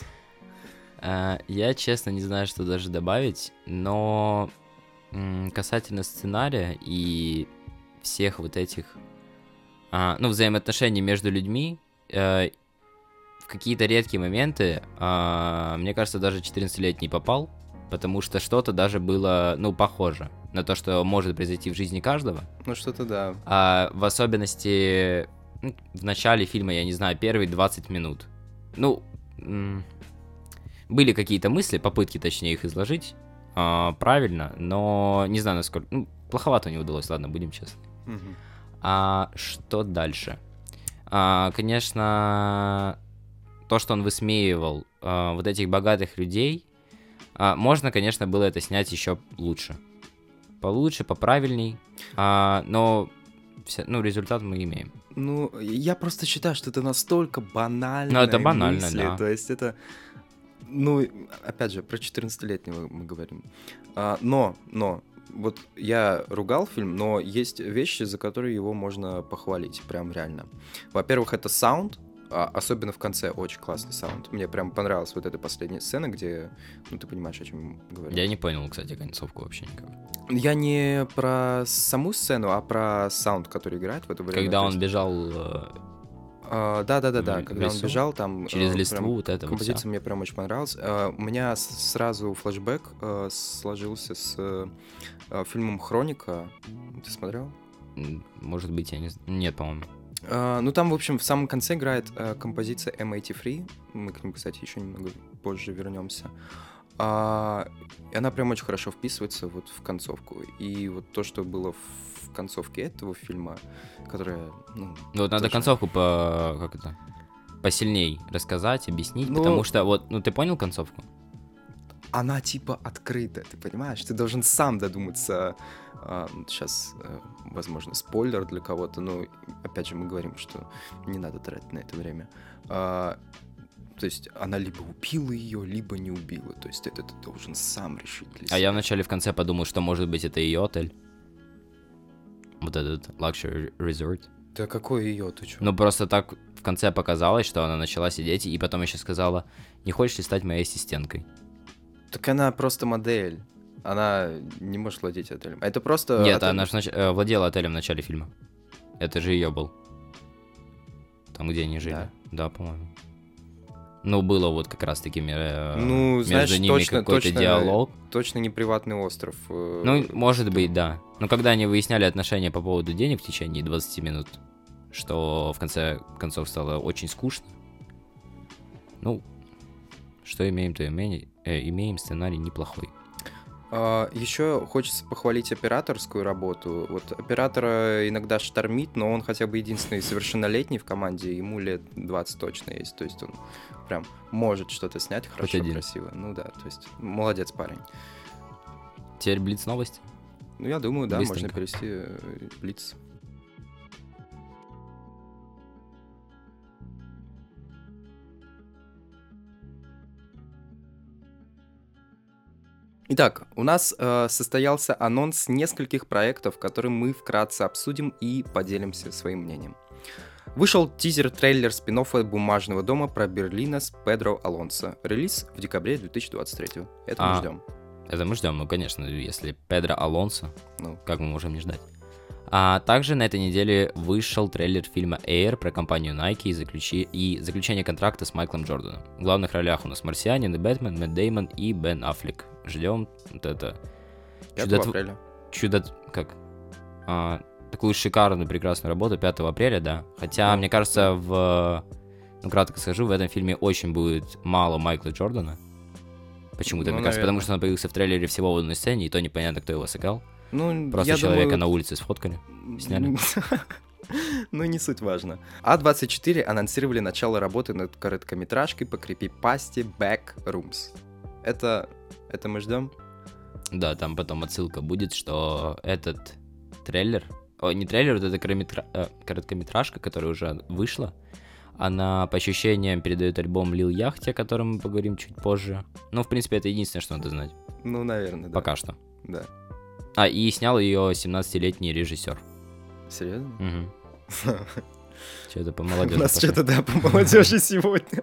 Я, честно, не знаю, что даже добавить, но касательно сценария и всех вот этих, взаимоотношений между людьми, в какие-то редкие моменты, мне кажется, даже 14-летний попал, потому что что-то даже было, похоже на то, что может произойти в жизни каждого. Что-то да. В особенности в начале фильма, я не знаю, первые 20 минут. Были какие-то мысли, попытки, точнее, их изложить правильно, но не знаю, насколько... плоховато не удалось, ладно, будем честны. Что дальше? Конечно, то, что он высмеивал вот этих богатых людей, можно, конечно, было это снять еще лучше. Получше, поправильней, но результат мы имеем. Я просто считаю, что это настолько банально. Это банально, да. То есть это, опять же, про 14-летнего мы говорим. Но, вот я ругал фильм, но есть вещи, за которые его можно похвалить, прям реально. Во-первых, это саунд. Особенно в конце очень классный саунд. Мне прям понравилась вот эта последняя сцена, где, ты понимаешь, о чем говорю. Я не понял, кстати, концовку вообще никак. Я не про саму сцену, а про саунд, который играет в это время. Когда он бежал... Да, когда он бежал, там... Через листву, вот это композиция вот мне прям очень понравилась. У меня сразу флешбэк сложился с фильмом «Хроника». Ты смотрел? Может быть, я не знаю. Нет, по-моему. Там, в общем, в самом конце играет композиция M83. Мы к ним, кстати, еще немного позже вернемся. И она прям очень хорошо вписывается вот в концовку. И вот то, что было в концовке этого фильма, которая... надо концовку посильней рассказать, объяснить, потому что ты понял концовку? Она типа открыта, ты понимаешь? Ты должен сам додуматься. Сейчас, возможно, спойлер для кого-то, но опять же мы говорим, что не надо тратить на это время. То есть она либо убила ее, либо не убила. То есть это ты должен сам решить для себя. Я вначале в конце подумал, что может быть это ее отель. Вот этот Luxury Resort. Да какой ее, ты чё? Просто так в конце показалось, что она начала сидеть, и потом еще сказала: не хочешь ли стать моей ассистенткой? Так она просто модель. Она не может владеть отелем. Это просто... Нет, она же владела отелем в начале фильма. Это же ее был. Там, где они жили. Да, по-моему. Ну, было вот как раз-таки Ну, между знаешь, ними точно, какой-то диалог. точно не приватный остров. Ну, может быть, да. Но когда они выясняли отношения по поводу денег в течение 20 минут, что в конце концов стало очень скучно. Ну, что имеем, то имеем. Имеем сценарий неплохой. Еще хочется похвалить операторскую работу. Вот оператора иногда штормит, но он хотя бы единственный совершеннолетний в команде, ему лет 20 точно есть. То есть он прям может что-то снять хорошо, красиво. Ну да, то есть молодец парень. Теперь Блиц новости? Ну я думаю, да, Быстренько. можно перевести Блиц. Итак, у нас состоялся анонс нескольких проектов, которые мы вкратце обсудим и поделимся своим мнением. Вышел тизер-трейлер спин-оффа «Бумажного дома» про Берлина с Педро Алонсо. Релиз в декабре 2023. Это мы ждем. Это мы ждем, ну, конечно, если Педро Алонсо, Ну, как мы можем не ждать. А также на этой неделе вышел трейлер фильма Air про компанию Nike и заключение контракта с Майклом Джорданом. В главных ролях у нас Марсианин и Бэтмен, Мэтт Дэймон и Бен Аффлек. Ждем вот это... 5 апреля. Такую шикарную, прекрасную работу 5 апреля, да. Хотя, мне кажется, кратко скажу, в этом фильме очень будет мало Майкла Джордана. Почему-то, мне кажется, потому что он появился в трейлере всего в одной сцене, и то непонятно, кто его сыграл. Ну, Просто человека на улице сфоткали, сняли. Ну, не суть важно. А24 анонсировали начало работы над короткометражкой по крипипасте Backrooms. Это мы ждем? Да, там потом отсылка будет, что этот трейлер... не трейлер, вот эта короткометражка, которая уже вышла, она, по ощущениям, передает альбом Лил Яхти, о котором мы поговорим чуть позже. Ну, в принципе, это единственное, что надо знать. Ну, наверное, да. Пока что. Да. И снял ее 17-летний режиссер. Серьезно? Угу. Что-то по молодежи. У нас что-то, да, по молодежи сегодня.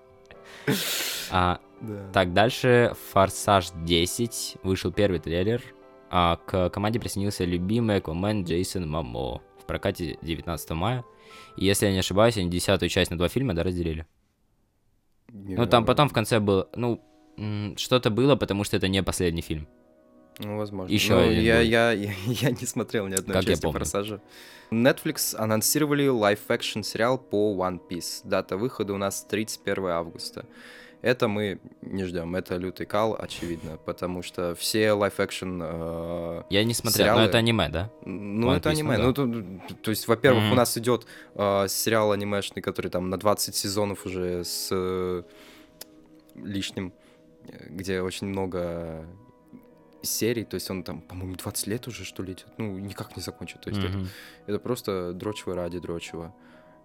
Так, дальше «Форсаж 10». Вышел первый трейлер. К команде присоединился любимый Аквамен Джейсон Момо в прокате 19 мая. И если я не ошибаюсь, они 10-ю часть на 2 фильма, да, разделили? Ну, там потом в конце было... Ну, что-то было, потому что это не последний фильм. Ну, возможно. Еще я не смотрел ни одной части «Форсажа». Netflix анонсировали лайв-экшн сериал по One Piece. Дата выхода у нас 31 августа. Это мы не ждем, это лютый кал, очевидно, потому что все лайв-экшн я не смотрел, сериалы... но это аниме, да? Ну, One это Piece, аниме. ну, да. То есть, во-первых, у нас идет сериал анимешный, который там на 20 сезонов уже с лишним, где очень много серий, то есть он там, по-моему, 20 лет уже, что ли, идет, ну, никак не закончит, то есть это просто дрочево ради дрочева.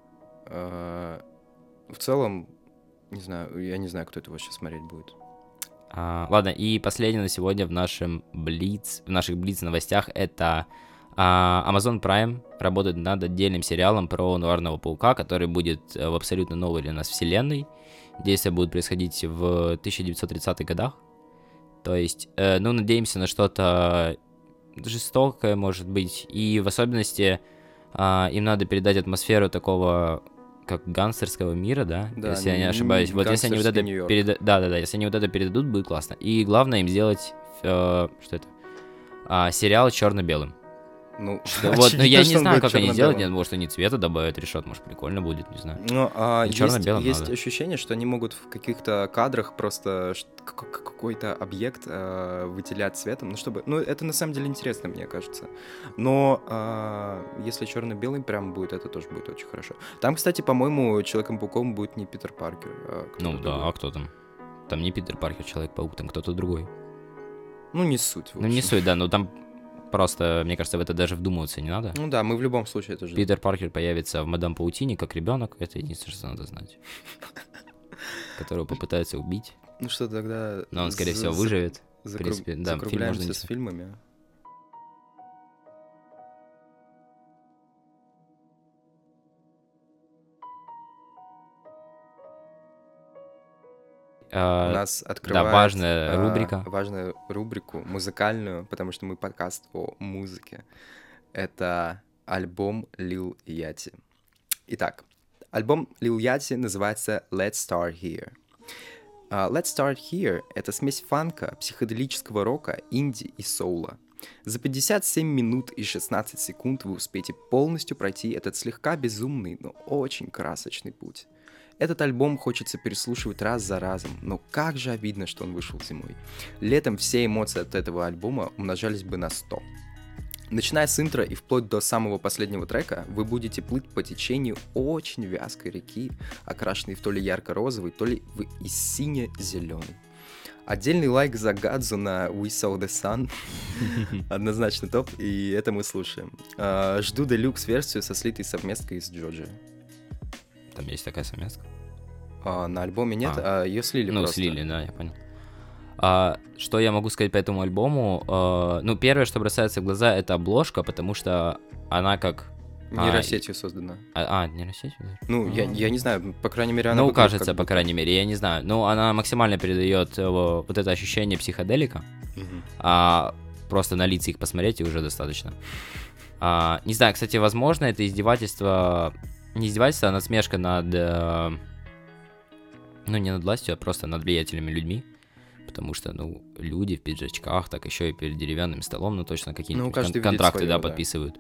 В целом, не знаю, я не знаю, кто это вообще смотреть будет. Ладно, и последнее на сегодня в наших Блиц новостях это Amazon Prime работает над отдельным сериалом про Нуарного Паука, который будет в абсолютно новой для нас вселенной. Действие будет происходить в 1930-х годах. То есть, надеемся на что-то жестокое, может быть. И в особенности им надо передать атмосферу такого, как гангстерского мира, да? Если я не ошибаюсь. Вот если они вот это если они вот это передадут, будет классно. И главное им сделать сериал черно-белым. Ну, вот, но я не знаю, как они сделают, нет, может, они цвета добавят, решат, может, прикольно будет, не знаю. Есть ощущение, что они могут в каких-то кадрах просто какой-то объект выделять цветом, это на самом деле интересно, мне кажется. Но если черно-белый прям будет, это тоже будет очень хорошо. Там, кстати, по-моему, Человеком-пауком будет не Питер Паркер, а кто там? Там не Питер Паркер, Человек-паук, там кто-то другой. Ну, не суть. Ну, не суть, да, но там просто, мне кажется, в это даже вдумываться не надо. Ну да, мы в любом случае это ждем. Питер Паркер появится в Мадам Паутине как ребенок, это единственное, что надо знать. Которого попытаются убить. Ну что тогда... Но он, скорее всего, выживет. В принципе, да, фильм можно не... с фильмами. У нас открывает важную рубрику музыкальную, потому что мы подкаст о музыке. Это альбом Lil Yachty. Итак, альбом Lil Yachty называется Let's Start Here. Let's Start Here — это смесь фанка, психоделического рока, инди и соула. За 57 минут и 16 секунд вы успеете полностью пройти этот слегка безумный, но очень красочный путь. Этот альбом хочется переслушивать раз за разом, но как же обидно, что он вышел зимой. Летом все эмоции от этого альбома умножались бы на 100. Начиная с интро и вплоть до самого последнего трека, вы будете плыть по течению очень вязкой реки, окрашенной в то ли ярко-розовый, то ли и сине-зеленый. Отдельный лайк за Гадзу на We Saw the Sun. Однозначно топ, и это мы слушаем. Жду делюкс-версию со слитой совместкой из Джорджии. Там есть такая совместка? На альбоме нет, ее слили просто. Слили, да, я понял. Что я могу сказать по этому альбому? Первое, что бросается в глаза, это обложка, потому что она как... Нейросетью создана. Нейросетью? Я не знаю, по крайней мере, она... кажется, по крайней мере, я не знаю. Она максимально передает вот это ощущение психоделика. Просто на лица их посмотреть, и уже достаточно. Не знаю, кстати, возможно, это издевательство... Не издевательство, а насмешка над... не над властью, а просто над влиятельными людьми. Потому что, люди в пиджачках, так еще и перед деревянным столом, точно какие-нибудь контракты, свое, подписывают.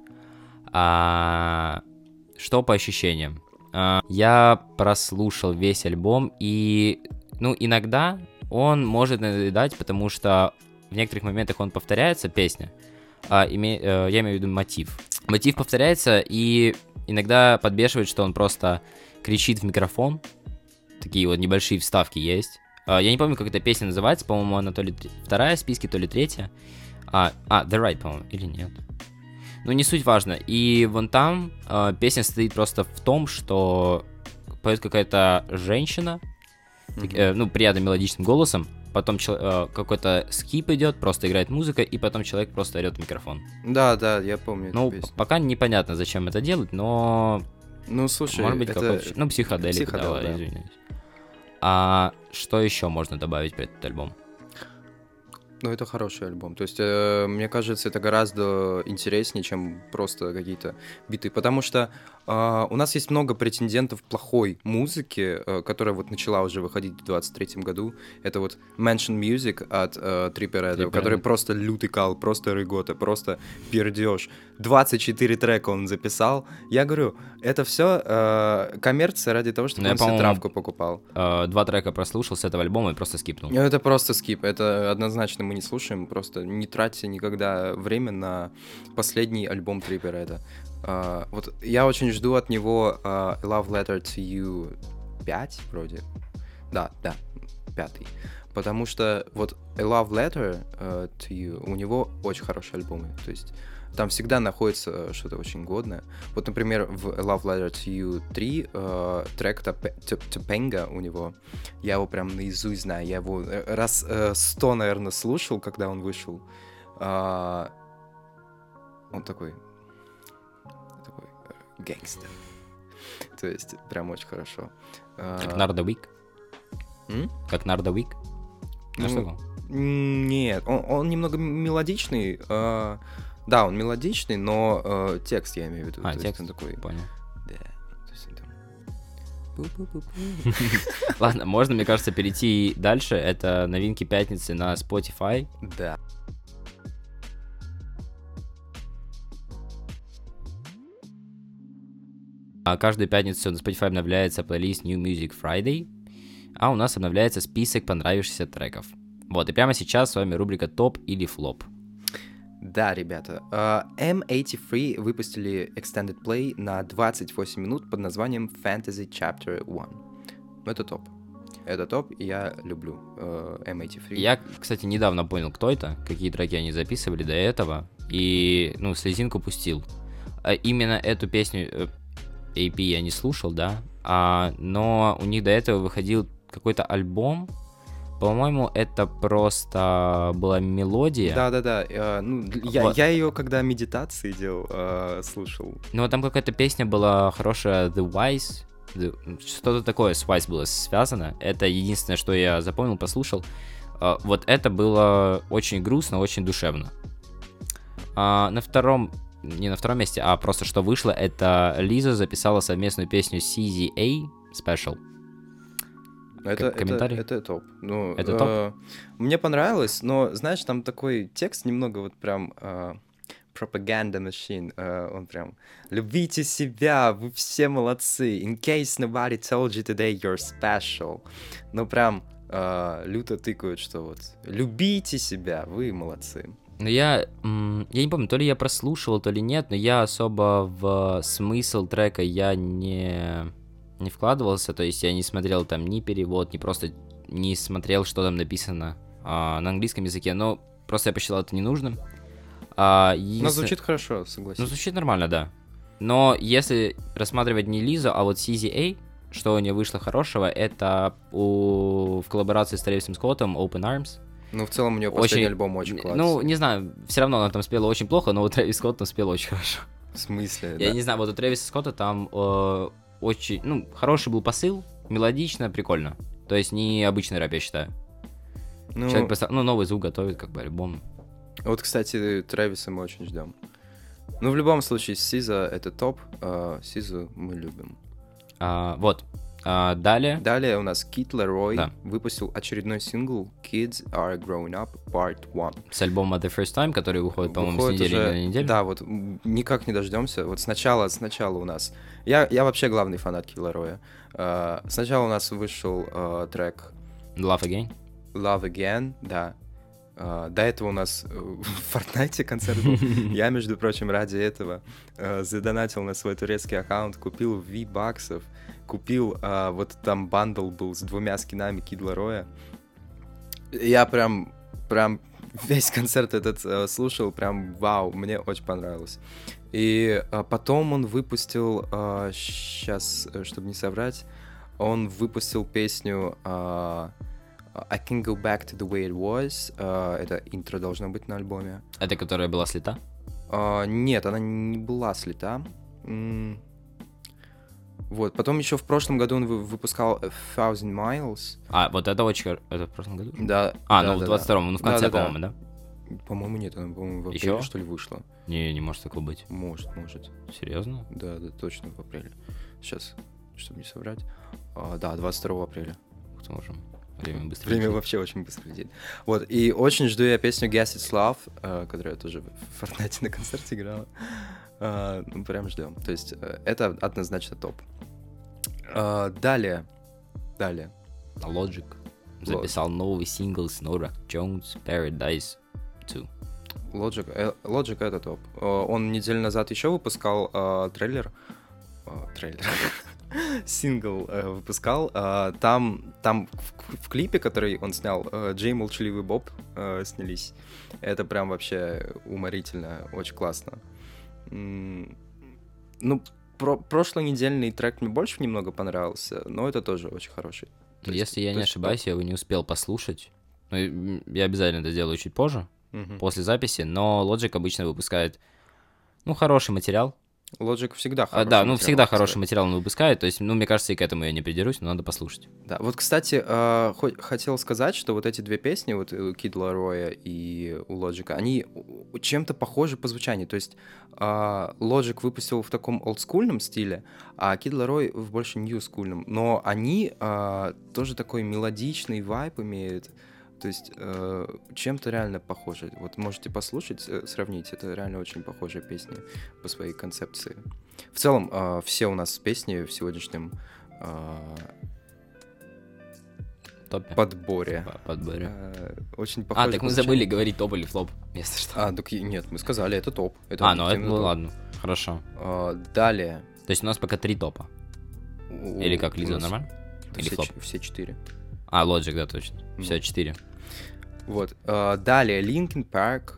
Что по ощущениям? Я прослушал весь альбом, и, иногда он может надоедать, потому что в некоторых моментах он повторяется, песня, я имею в виду мотив. Мотив повторяется, и иногда подбешивает, что он просто кричит в микрофон. Такие вот небольшие вставки есть. Я не помню, как эта песня называется, по-моему, она то ли вторая в списке, то ли третья. The Right, по-моему, или нет. Не суть важно. И вон там песня состоит просто в том, что поет какая-то женщина, приятным мелодичным голосом, потом какой-то скип идет, просто играет музыка, и потом человек просто орет в микрофон. Да, я помню эту песню. Пока непонятно, зачем это делать, но... слушай, может быть, это... какой-то... психоделик, да, извиняюсь. Что еще можно добавить про этот альбом? Это хороший альбом. То есть, мне кажется, это гораздо интереснее, чем просто какие-то биты. Потому что у нас есть много претендентов плохой музыки, которая вот начала уже выходить в 23-м году. Это вот Mansion Music от Tripper Red, который просто лютый кал, просто рыгота, просто пердеж. 24 трека он записал. Я говорю, это все коммерция ради того, чтобы он себе травку покупал. 2 трека прослушал с этого альбома и просто скипнул. Это просто скип. Это однозначно мы не слушаем. Просто не тратьте никогда время на последний альбом Tripper Red. Вот я очень жду от него Love Letter to You 5, вроде. Да, 5. Потому что вот A Love Letter to You, у него очень хорошие альбомы. То есть там всегда находится что-то очень годное. Вот, например, в A Love Letter to You 3 трек Topanga у него, я его прям наизусть знаю. Я его раз 100, наверное, слушал, когда он вышел. Он такой гэнгстер. То есть прям очень хорошо. Как Nardo Week? Как Nardo Week? Нет, он немного мелодичный. Да, он мелодичный, но текст я имею в виду. Текст, он такой... Понял. Да. То есть он там... Ладно, можно, мне кажется, перейти дальше. Это новинки пятницы на Spotify. Да. Каждую пятницу на Spotify обновляется плейлист New Music Friday, а у нас обновляется список понравившихся треков. Вот, и прямо сейчас с вами рубрика «Топ» или «Флоп». Да, ребята, M83 выпустили Extended Play на 28 минут под названием Fantasy Chapter 1. Это топ. Это топ, и я люблю M83. Я, кстати, недавно понял, кто это, какие треки они записывали до этого, и, слезинку пустил. Именно эту песню... AP я не слушал, да, но у них до этого выходил какой-то альбом, по-моему, это просто была мелодия. Да, я ее, когда медитации делал, слушал. Там какая-то песня была хорошая, The Wise, что-то такое с Wise было связано, это единственное, что я запомнил, послушал. Вот это было очень грустно, очень душевно. Не на втором месте, а просто что вышло, это Лиза записала совместную песню CZA Special. комментарий? Это топ. Ну, Это топ? Мне понравилось, но, знаешь, там такой текст немного вот прям propaganda machine. Он прям «Любите себя, вы все молодцы. In case nobody told you today, you're special». Ну, прям люто тыкают, что вот «Любите себя, вы молодцы». Ну, я не помню, то ли я прослушивал, то ли нет, но я особо в смысл трека я не вкладывался, то есть я не смотрел там ни перевод, ни просто не смотрел, что там написано на английском языке, но просто я посчитал это ненужным. Но звучит хорошо, согласен. Ну, звучит нормально, да. Но если рассматривать не Лизу, а вот CZA, что у нее вышло хорошего, это в коллаборации с Трэвисом Скоттом Open Arms. Ну, в целом, у нее последний альбом очень классный. Ну, не знаю, все равно она там спела очень плохо, но у Трэвис Скотт там спела очень хорошо. В смысле? Я не знаю, вот у Трэвиса Скотта там очень, ну, хороший был посыл, мелодично, прикольно. То есть не обычный рэп, я считаю. Ну, Человек просто, новый звук готовит, как бы, альбом. Вот, кстати, Трэвиса мы очень ждем. Ну, в любом случае, SZA — это топ, SZA мы любим. Вот. Далее. Далее у нас Kid Laroi Да. выпустил очередной сингл Kids Are Growing Up Part 1. С альбома The First Time, который выходит, по-моему, с недели на неделю. Да, вот никак не дождемся. Вот сначала у нас... Я вообще главный фанат Kid Laroi. Сначала у нас вышел трек Love Again. Love Again, да. До этого у нас в Fortnite концерт был. Я, между прочим, ради этого задонатил на свой турецкий аккаунт, купил V-баксов, купил, вот там бандл был с 2 скинами Kid Laroi. Я прям весь концерт этот слушал, прям вау, мне очень понравилось. И потом он выпустил, сейчас, чтобы не соврать, он выпустил песню I Can Go Back to the Way It Was. Это интро должно быть на альбоме. Это которая была слита? Нет, она не была слита. Вот, потом еще в прошлом году он выпускал Thousand Miles. Вот это очень... Это в прошлом году? Да. Ну в 22-м, ну в конце, по-моему, да? По-моему, нет, она, по-моему, в апреле, Еще? что ли, вышла. Не может такого быть. Может. Серьезно? Да, точно в апреле. Сейчас, чтобы не соврать. Да, 22 апреля. Ух ты, можем. Время быстро Время летит. вообще очень быстро летит. Вот, и очень жду я песню Guess It's Love, которую я тоже в Fortnite на концерте играл. Ну, прям ждем. То есть, это однозначно топ. Далее. Logic записал новый сингл с Nora Jones, Paradise 2. Logic это топ. Он неделю назад еще выпускал трейлер. Сингл выпускал. Там в клипе, который он снял, Джей Молчаливый Боб снялись. Это прям вообще уморительно, очень классно. Ну, прошлонедельный трек мне больше немного понравился, но это тоже очень хороший. Если я не ошибаюсь, я его не успел послушать. Ну, я обязательно это сделаю чуть позже, после записи, но Logic обычно выпускает, хороший материал. Logic всегда хороший Да, материал, всегда кстати. хороший материал он выпускает, то есть, мне кажется, и к этому я не придерусь, но надо послушать. Да, вот, кстати, хотел сказать, что вот эти две песни, вот у Kid Laroi и у Logic, они чем-то похожи по звучанию, то есть Logic выпустил в таком олдскульном стиле, а Kid Laroi в больше нью-скульном, но они тоже такой мелодичный вайб имеют, то есть чем-то реально похожи. Вот можете послушать, сравнить, это реально очень похожие песни по своей концепции. В целом, все у нас песни в сегодняшнем Топе. подборе. Очень похоже. Так мы забыли говорить топ или флоп, если что. Так нет, мы сказали, это топ. Это ну топ. ладно, хорошо. Далее. То есть у нас пока 3 топа. Или как, Лиза, нормально? Или флоп? Все 4. Logic, да, точно. Все 4. Вот. Далее, Linkin Park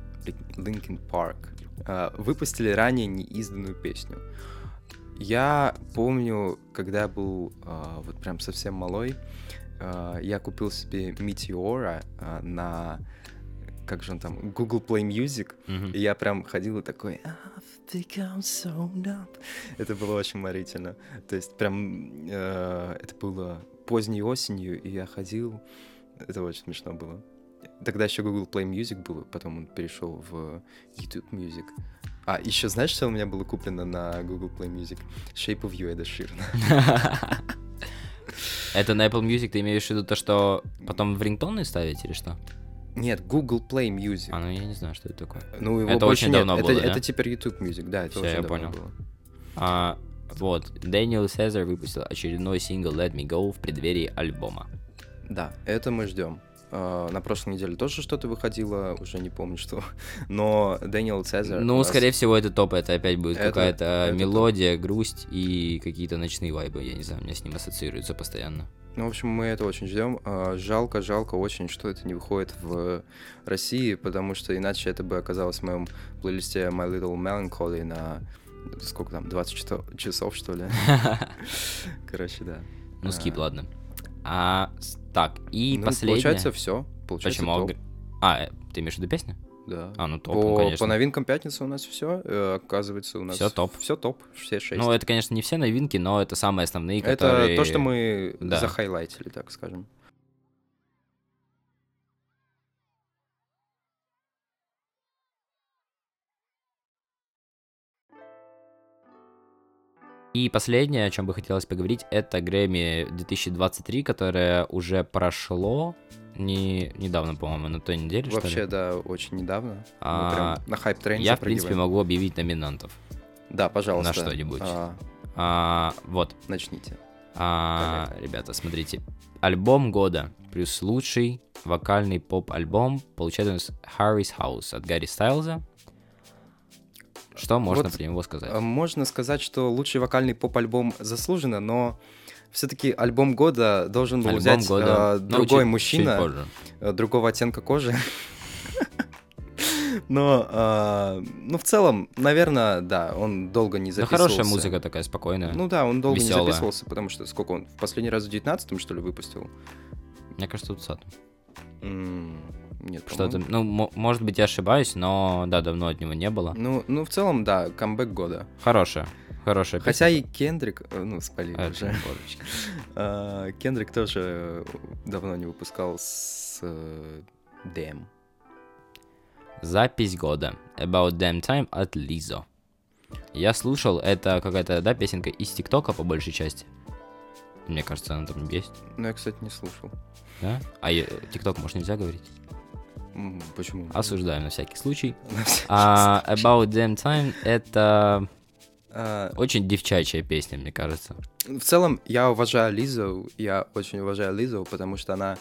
выпустили ранее неизданную песню. Я помню, когда был вот прям совсем малой, я купил себе Meteora на, как же он там, Google Play Music, и я прям ходил и такой I've become so numb. Это было очень уморительно. То есть прям это было поздней осенью, и я ходил, это очень смешно было. Тогда еще Google Play Music был, потом он перешел в YouTube Music. Еще знаешь, что у меня было куплено на Google Play Music? Shape of You Эда Ширана. Это на Apple Music ты имеешь в виду то, что потом в рингтоны ставить или что? Нет, Google Play Music. Ну я не знаю, что это такое. Ну, его Это больше очень нет. давно было, да? Это теперь YouTube Music, да, это Всё, очень я давно понял. было. Вот, Дэниел Сезар выпустил очередной сингл Let Me Go в преддверии альбома. Да, это мы ждем. На прошлой неделе тоже что-то выходило, уже не помню что. Но Дэниел Цезарь... Ну, скорее всего, это топ, это опять будет Это какая-то топ. мелодия, грусть и какие-то ночные вайбы, я не знаю, у меня с ним ассоциируется постоянно. Ну, в общем, мы это очень ждем. Жалко очень, что это не выходит в России, потому что иначе это бы оказалось в моем плейлисте My Little Melancholy на... Сколько там, 20 часов, что ли? Короче, да. Ну, скип, ладно. Так, и Ну, последнее... получается, все. Получается, Почему? топ. Ты имеешь в виду песню? Да. Ну топ, ну, конечно. По новинкам пятницы у нас все, оказывается, у нас... Всё топ. Все топ, все 6. Ну, это, конечно, не все новинки, но это самые основные, Это которые... то, что мы Да. захайлайтили, так скажем. И последнее, о чем бы хотелось поговорить, это Грэмми 2023, которое уже прошло недавно, по-моему, на той неделе, что Вообще, ли? да, очень недавно. Мы А, прям на хайп-трейн Я, в принципе, запрыгиваем. могу объявить номинантов Да, пожалуйста. на что-нибудь. Вот. Начните. Ребята, смотрите. Альбом года плюс лучший вокальный поп-альбом получает у нас Harry's House от Гарри Стайлза. Что можно Вот, про него сказать? Можно сказать, что лучший вокальный поп-альбом заслуженно, но все-таки альбом года должен был Альбом взять года, ну, другой чуть мужчина, позже. другого оттенка кожи. Но, в целом, наверное, да, он долго не Ну, записывался. хорошая музыка такая, спокойная. Ну да, он долго весёлая. не записывался, потому что сколько он в последний раз в 19-м, что ли, выпустил? Мне кажется, в 20-м. Нет, Что-то, по-моему. может быть, я ошибаюсь, но да, давно от него не было. Ну, в целом, да, камбэк года. Хорошая песня. Хотя и Кендрик, спалили Это, уже. божечки. Кендрик тоже давно не выпускал с Damn. Запись года. About Damn Time от Lizzo. Я слушал, это какая-то, да, песенка из ТикТока по большей части. Мне кажется, она там есть. Ну, я, кстати, не слушал. Да? ТикТок, может, нельзя говорить? Почему? Осуждаем на всякий случай. На всякий About Damn Time это случай. очень девчачья песня, мне кажется. В целом, я уважаю Лизу, очень уважаю Лизу, потому что она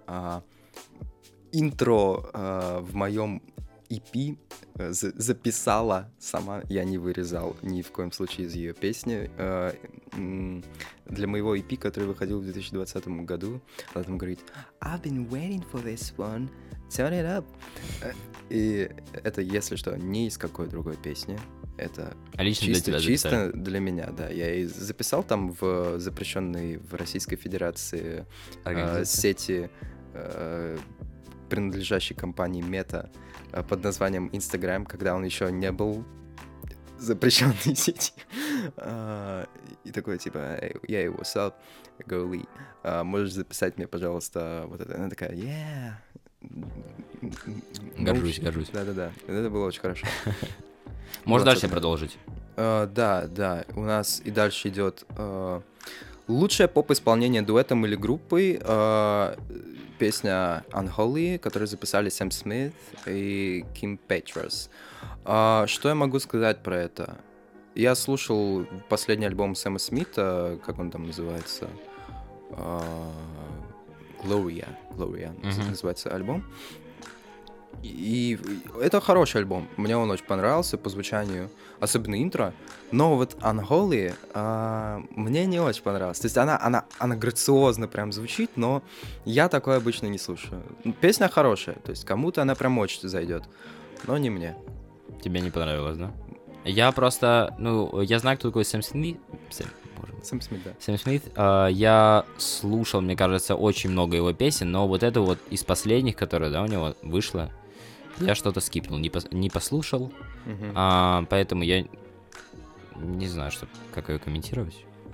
интро в моем EP записала сама, я не вырезал ни в коем случае из ее песни. Для моего EP, который выходил в 2020 году, она там говорит I've been waiting for this one, turn it up. И это, если что, не из какой другой песни. Это Лично для тебя чисто записали. для меня, да. Я и записал там в запрещенной в Российской Федерации сети, принадлежащей компании Meta, под названием Instagram, когда он еще не был запрещенной сетью. И такой типа, hey, what's up, girlie? Можешь записать мне, пожалуйста, вот это? Она такая, yeah. Горжусь. Да. Это было очень хорошо. Можно Вот дальше это. продолжить? Да. У нас и дальше идет лучшее поп-исполнение дуэтом или группой. Песня Unholy, которую записали Сэм Смит и Ким Петрос. Что я могу сказать про это? Я слушал последний альбом Сэма Смита, как он там называется? Gloria называется альбом. И это хороший альбом. Мне он очень понравился по звучанию, особенно интро. Но вот Unholy мне не очень понравилось. То есть она грациозно прям звучит, но я такое обычно не слушаю. Песня хорошая, то есть кому-то она прям очень зайдет, но не мне. Тебе не понравилось, да? Я просто, я знаю, кто такой Сэм Смит. Сэм Смит, да. Сэм Смит. Я слушал, мне кажется, очень много его песен, но вот это вот из последних, которая, да, у него вышла, я что-то скипнул, не послушал, поэтому я не знаю, как ее комментировать.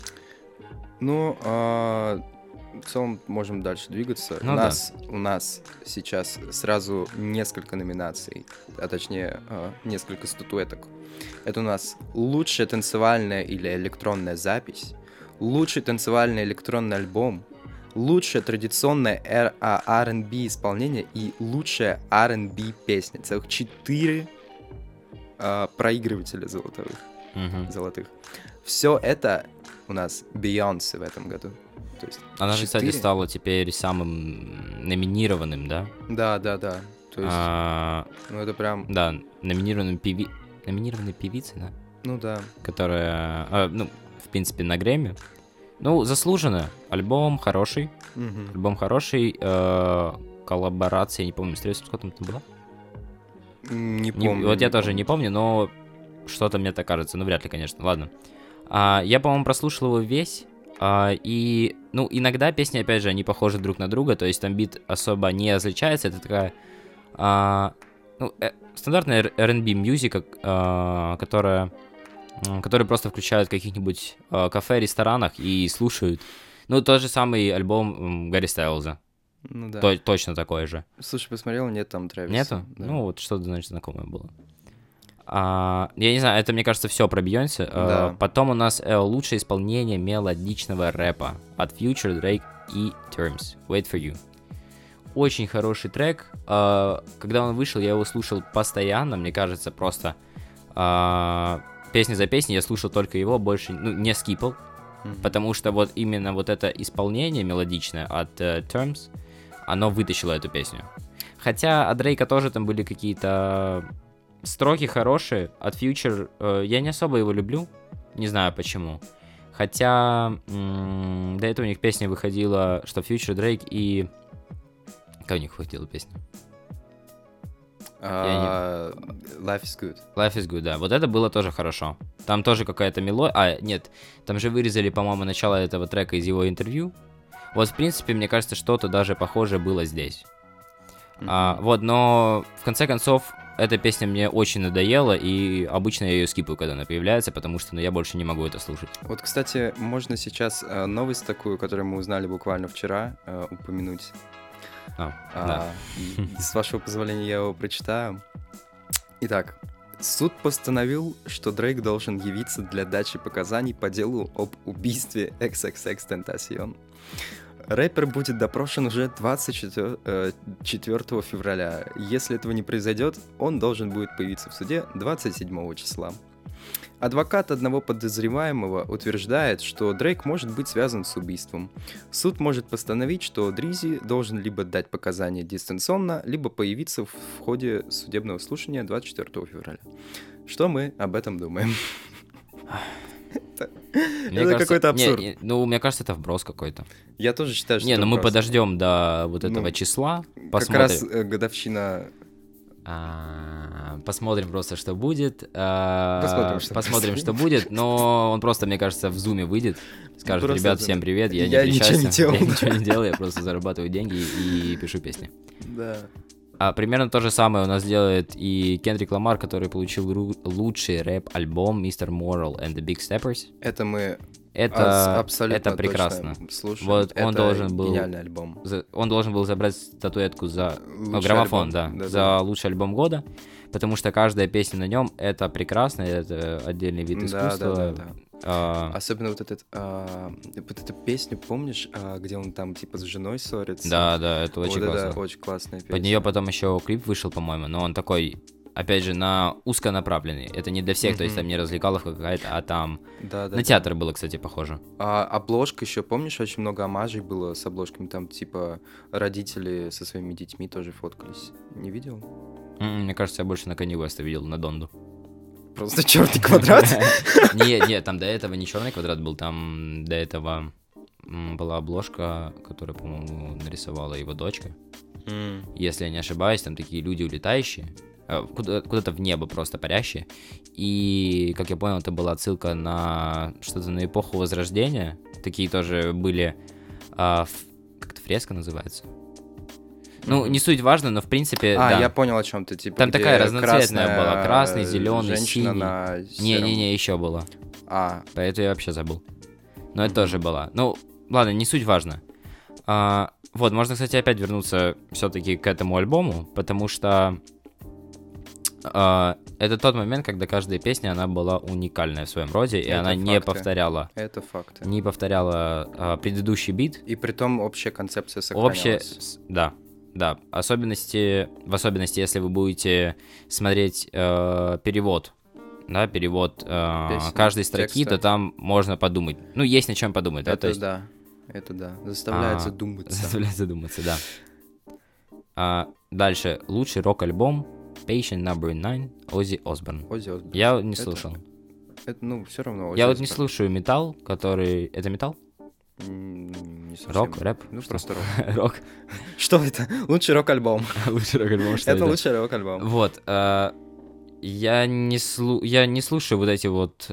В целом можем дальше двигаться. У нас сейчас сразу несколько номинаций, а точнее несколько статуэток. Это у нас лучшая танцевальная или электронная запись, лучший танцевальный электронный альбом, лучшее традиционное R&B исполнение и лучшая R&B песня. Целых 4 проигрывателя золотых. Все это у нас Бейонсе в этом году. То есть Она же, кстати, стала теперь самым номинированным, да? Да. То есть, ну это прям... Да, номинированной певицей, да? Ну да. Которая, в принципе, на Грэмми. Ну, заслуженно. Альбом хороший. Альбом хороший. Коллаборация, я не помню, с Трэвис Скоттом там была? Не помню. Вот я тоже не помню, но что-то мне так кажется. Ну, вряд ли, конечно. Ладно. Я, по-моему, прослушал его весь. И, ну, иногда песни, опять же, они похожи друг на друга. То есть там бит особо не различается. Это такая... стандартная R&B мьюзика, которая просто включают в каких-нибудь кафе, ресторанах и слушают. Ну, тот же самый альбом Гарри Стайлза. Ну да. Точно такой же. Слушай, посмотрел, нет там Трэвиса. Нету? Да. Ну, вот что-то, значит, знакомое было. Я не знаю, это, мне кажется, все про Бейонсе. Да. Потом у нас лучшее исполнение мелодичного рэпа от Future, Drake и Terms. Wait for You. Очень хороший трек. Когда он вышел, я его слушал постоянно, мне кажется, просто песня за песней я слушал только его, больше не скипал, потому что вот именно вот это исполнение мелодичное от Terms, оно вытащило эту песню. Хотя от Дрейка тоже там были какие-то строки хорошие, от Future я не особо его люблю, не знаю почему. Хотя до этого у них песня выходила, что Future, Drake и... Как у них выходила песня? Life is Good. Life is Good, да. Вот это было тоже хорошо. Там тоже какая-то мелодия... нет, там же вырезали, по-моему, начало этого трека из его интервью. Вот, в принципе, мне кажется, что-то даже похожее было здесь. Вот, но в конце концов, эта песня мне очень надоела, и обычно я ее скипаю, когда она появляется, потому что я больше не могу это слушать. Вот, кстати, можно сейчас новость такую, которую мы узнали буквально вчера, упомянуть. Да. И с вашего позволения я его прочитаю. Итак, суд постановил, что Дрейк должен явиться для дачи показаний по делу об убийстве XXXTentacion. Рэпер будет допрошен уже 24 февраля. Если этого не произойдет, он должен будет появиться в суде 27 числа. Адвокат одного подозреваемого утверждает, что Дрейк может быть связан с убийством. Суд может постановить, что Дризи должен либо дать показания дистанционно, либо появиться в ходе судебного слушания 24 февраля. Что мы об этом думаем? Это какой-то абсурд. Мне кажется, это вброс какой-то. Я тоже считаю, что это мы подождем до вот этого числа, посмотрим. Как раз годовщина... Посмотрим просто, что будет. Посмотрим, что будет. Но он просто, мне кажется, в зуме выйдет. Скажет: ребят, всем привет, я ничего не делаю, я просто зарабатываю деньги и пишу песни. Да. Примерно то же самое у нас делает и Кендрик Ламар, который получил лучший рэп-альбом Mr. Moral and the Big Steppers. Это мы абсолютно прекрасно. Слушаем. Вот он должен был гениальный альбом. Он должен был забрать статуэтку за граммофон, за лучший альбом года, потому что каждая песня на нем это прекрасно, это отдельный вид искусства. Да. Особенно вот эту песню, помнишь, где он там типа с женой ссорится? Да, это очень классно. Это очень классная песня. Под нее потом еще клип вышел, по-моему, но он такой, опять же, на узконаправленный. Это не для всех, то есть там не развлекаловка какая-то, а там на театр было, кстати, похоже. Обложка еще, помнишь, очень много омажей было с обложками, там типа родители со своими детьми тоже фоткались. Не видел? Мне кажется, я больше на Kanye West видел, на Донду. Просто черный квадрат? Нет, там до этого не черный квадрат был, там до этого была обложка, которую, по-моему, нарисовала его дочка. Если я не ошибаюсь, там такие люди улетающие, куда-то в небо просто парящие. И, как я понял, это была отсылка на что-то на эпоху Возрождения. Такие тоже были, как-то фреска называется. Ну, не суть важно, но в принципе, да. Я понял, о чем ты, типа, там такая разноцветная была, красный, зеленый, синий. Не, еще было. Поэтому я вообще забыл. Но это тоже было. Ну, ладно, не суть важно. Вот, можно, кстати, опять вернуться все-таки к этому альбому, потому что Это тот момент, когда каждая песня, она была уникальная в своем роде, и Это она не факты. повторяла. Это факты. Не повторяла предыдущий бит. И притом общая концепция сохранялась. Да. В особенности, если вы будете смотреть перевод, да, перевод каждой строки, текста. то там можно подумать. Ну, есть над чем подумать, да? То есть, Это да. Заставляет задуматься. Заставляет задуматься, да. Дальше. Лучший рок-альбом Patient Number 9 Ozzy Osbourne. Ozzy Osbourne. Я не слушал. Это, все равно Ozzy Я вот не Osbourne. слушаю металл, который... Это металл? Не совсем. Рок, рэп? Ну, Что? просто рок. Рок. Что это? Лучший рок-альбом. Лучший рок-альбом, что Это это? лучший рок-альбом. Вот. Я не слушаю вот эти вот...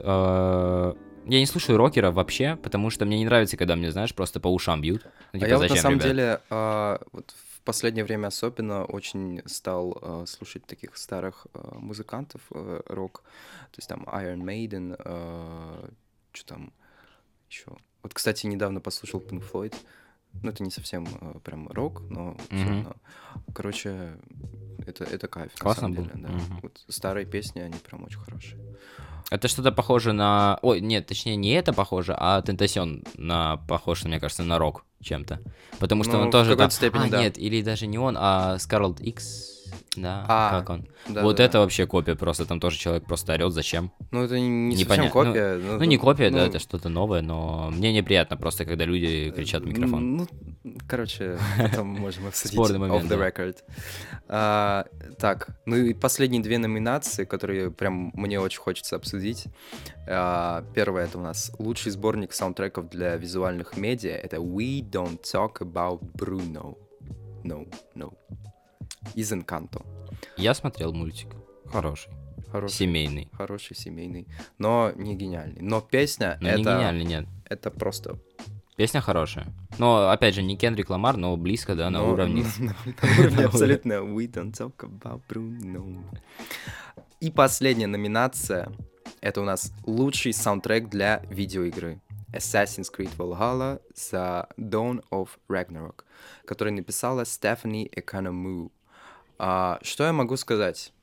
Я не слушаю рокера вообще, потому что мне не нравится, когда мне, знаешь, просто по ушам бьют. Ну, типа, А я вот на зачем, самом ребят? деле вот в последнее время особенно очень стал слушать таких старых музыкантов рок. То есть там Iron Maiden, что там еще. Вот, кстати, недавно послушал Pink Floyd. Ну, это не совсем прям рок, но все равно. Короче, это кайф, Классно на самом было? деле. Да. Вот старые песни, они прям очень хорошие. Это что-то похоже на... Ой, нет, точнее, не это похоже, а Тентасион похож, мне кажется, на рок чем-то. Потому что Ну, он тоже в там... какой-то степени, да. Нет, или даже не он, а Скарлетт Икс. Да, как он? Да, Вот да, это вообще копия просто. Там тоже человек просто орет, зачем? Ну, это не совсем Непонятно. копия. Ну, не копия, да, это что-то новое, но мне неприятно просто, когда люди кричат в микрофон. Ну, короче, потом можем обсудить. Спорный момент, Off the да. record. Так, ну и последние две номинации, которые прям мне очень хочется обсудить. Первая — это у нас лучший сборник саундтреков для визуальных медиа. Это We Don't Talk About Bruno. No. Из Encanto. Я смотрел мультик. Хороший. Семейный. Хороший, семейный. Но не гениальный. Но песня Но это... не гениальный, нет. Это просто... Песня хорошая. Но, опять же, не Кендрик Ламар, но близко, да, на уровне. На уровне абсолютно We don't talk about Bruno. И последняя номинация. Это у нас лучший саундтрек для видеоигры. Assassin's Creed Valhalla The Dawn of Ragnarok, который написала Стефани Эконому. Что я могу сказать?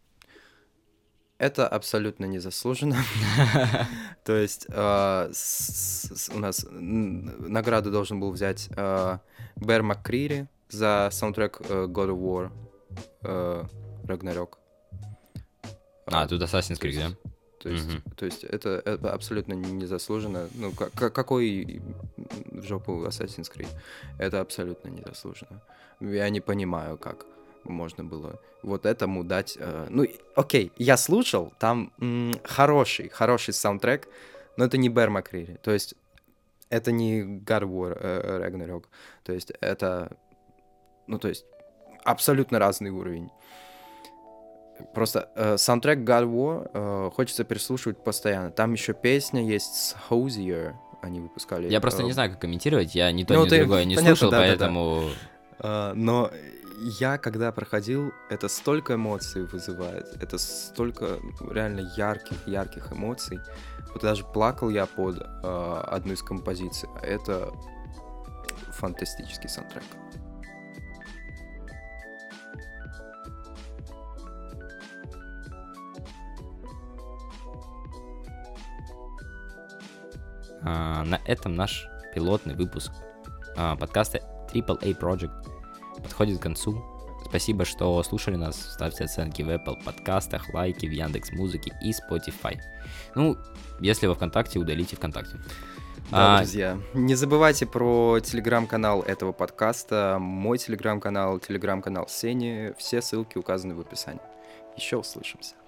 Это абсолютно незаслуженно. То есть у нас награду должен был взять Бэр МакКрири за саундтрек God of War Ragnarok. Тут Assassin's Creed, да? То есть это абсолютно незаслуженно. Ну, какой в жопу Assassin's Creed? Это абсолютно незаслуженно. Я не понимаю, как можно было вот этому дать... Ну, окей, я слушал, там хороший саундтрек, но это не Бэр МакКрири. То есть это не God of War Ragnarok. То есть это... Ну, то есть абсолютно разный уровень. Просто саундтрек God of War хочется переслушивать постоянно. Там еще песня есть с Hozier, они выпускали. Я просто не знаю, как комментировать, я ни то, ни другое не слушал, поэтому... Но я, когда проходил, это столько эмоций вызывает, это столько реально ярких эмоций. Вот даже плакал я под одну из композиций. Это фантастический саундтрек. На этом наш пилотный выпуск подкаста AAA Project подходит к концу. Спасибо, что слушали нас. Ставьте оценки в Apple подкастах, лайки в Яндекс.Музыке и Spotify. Ну, если во ВКонтакте, удалите ВКонтакте. Да, друзья, не забывайте про телеграм-канал этого подкаста, мой телеграм-канал Сени. Все ссылки указаны в описании. Еще услышимся.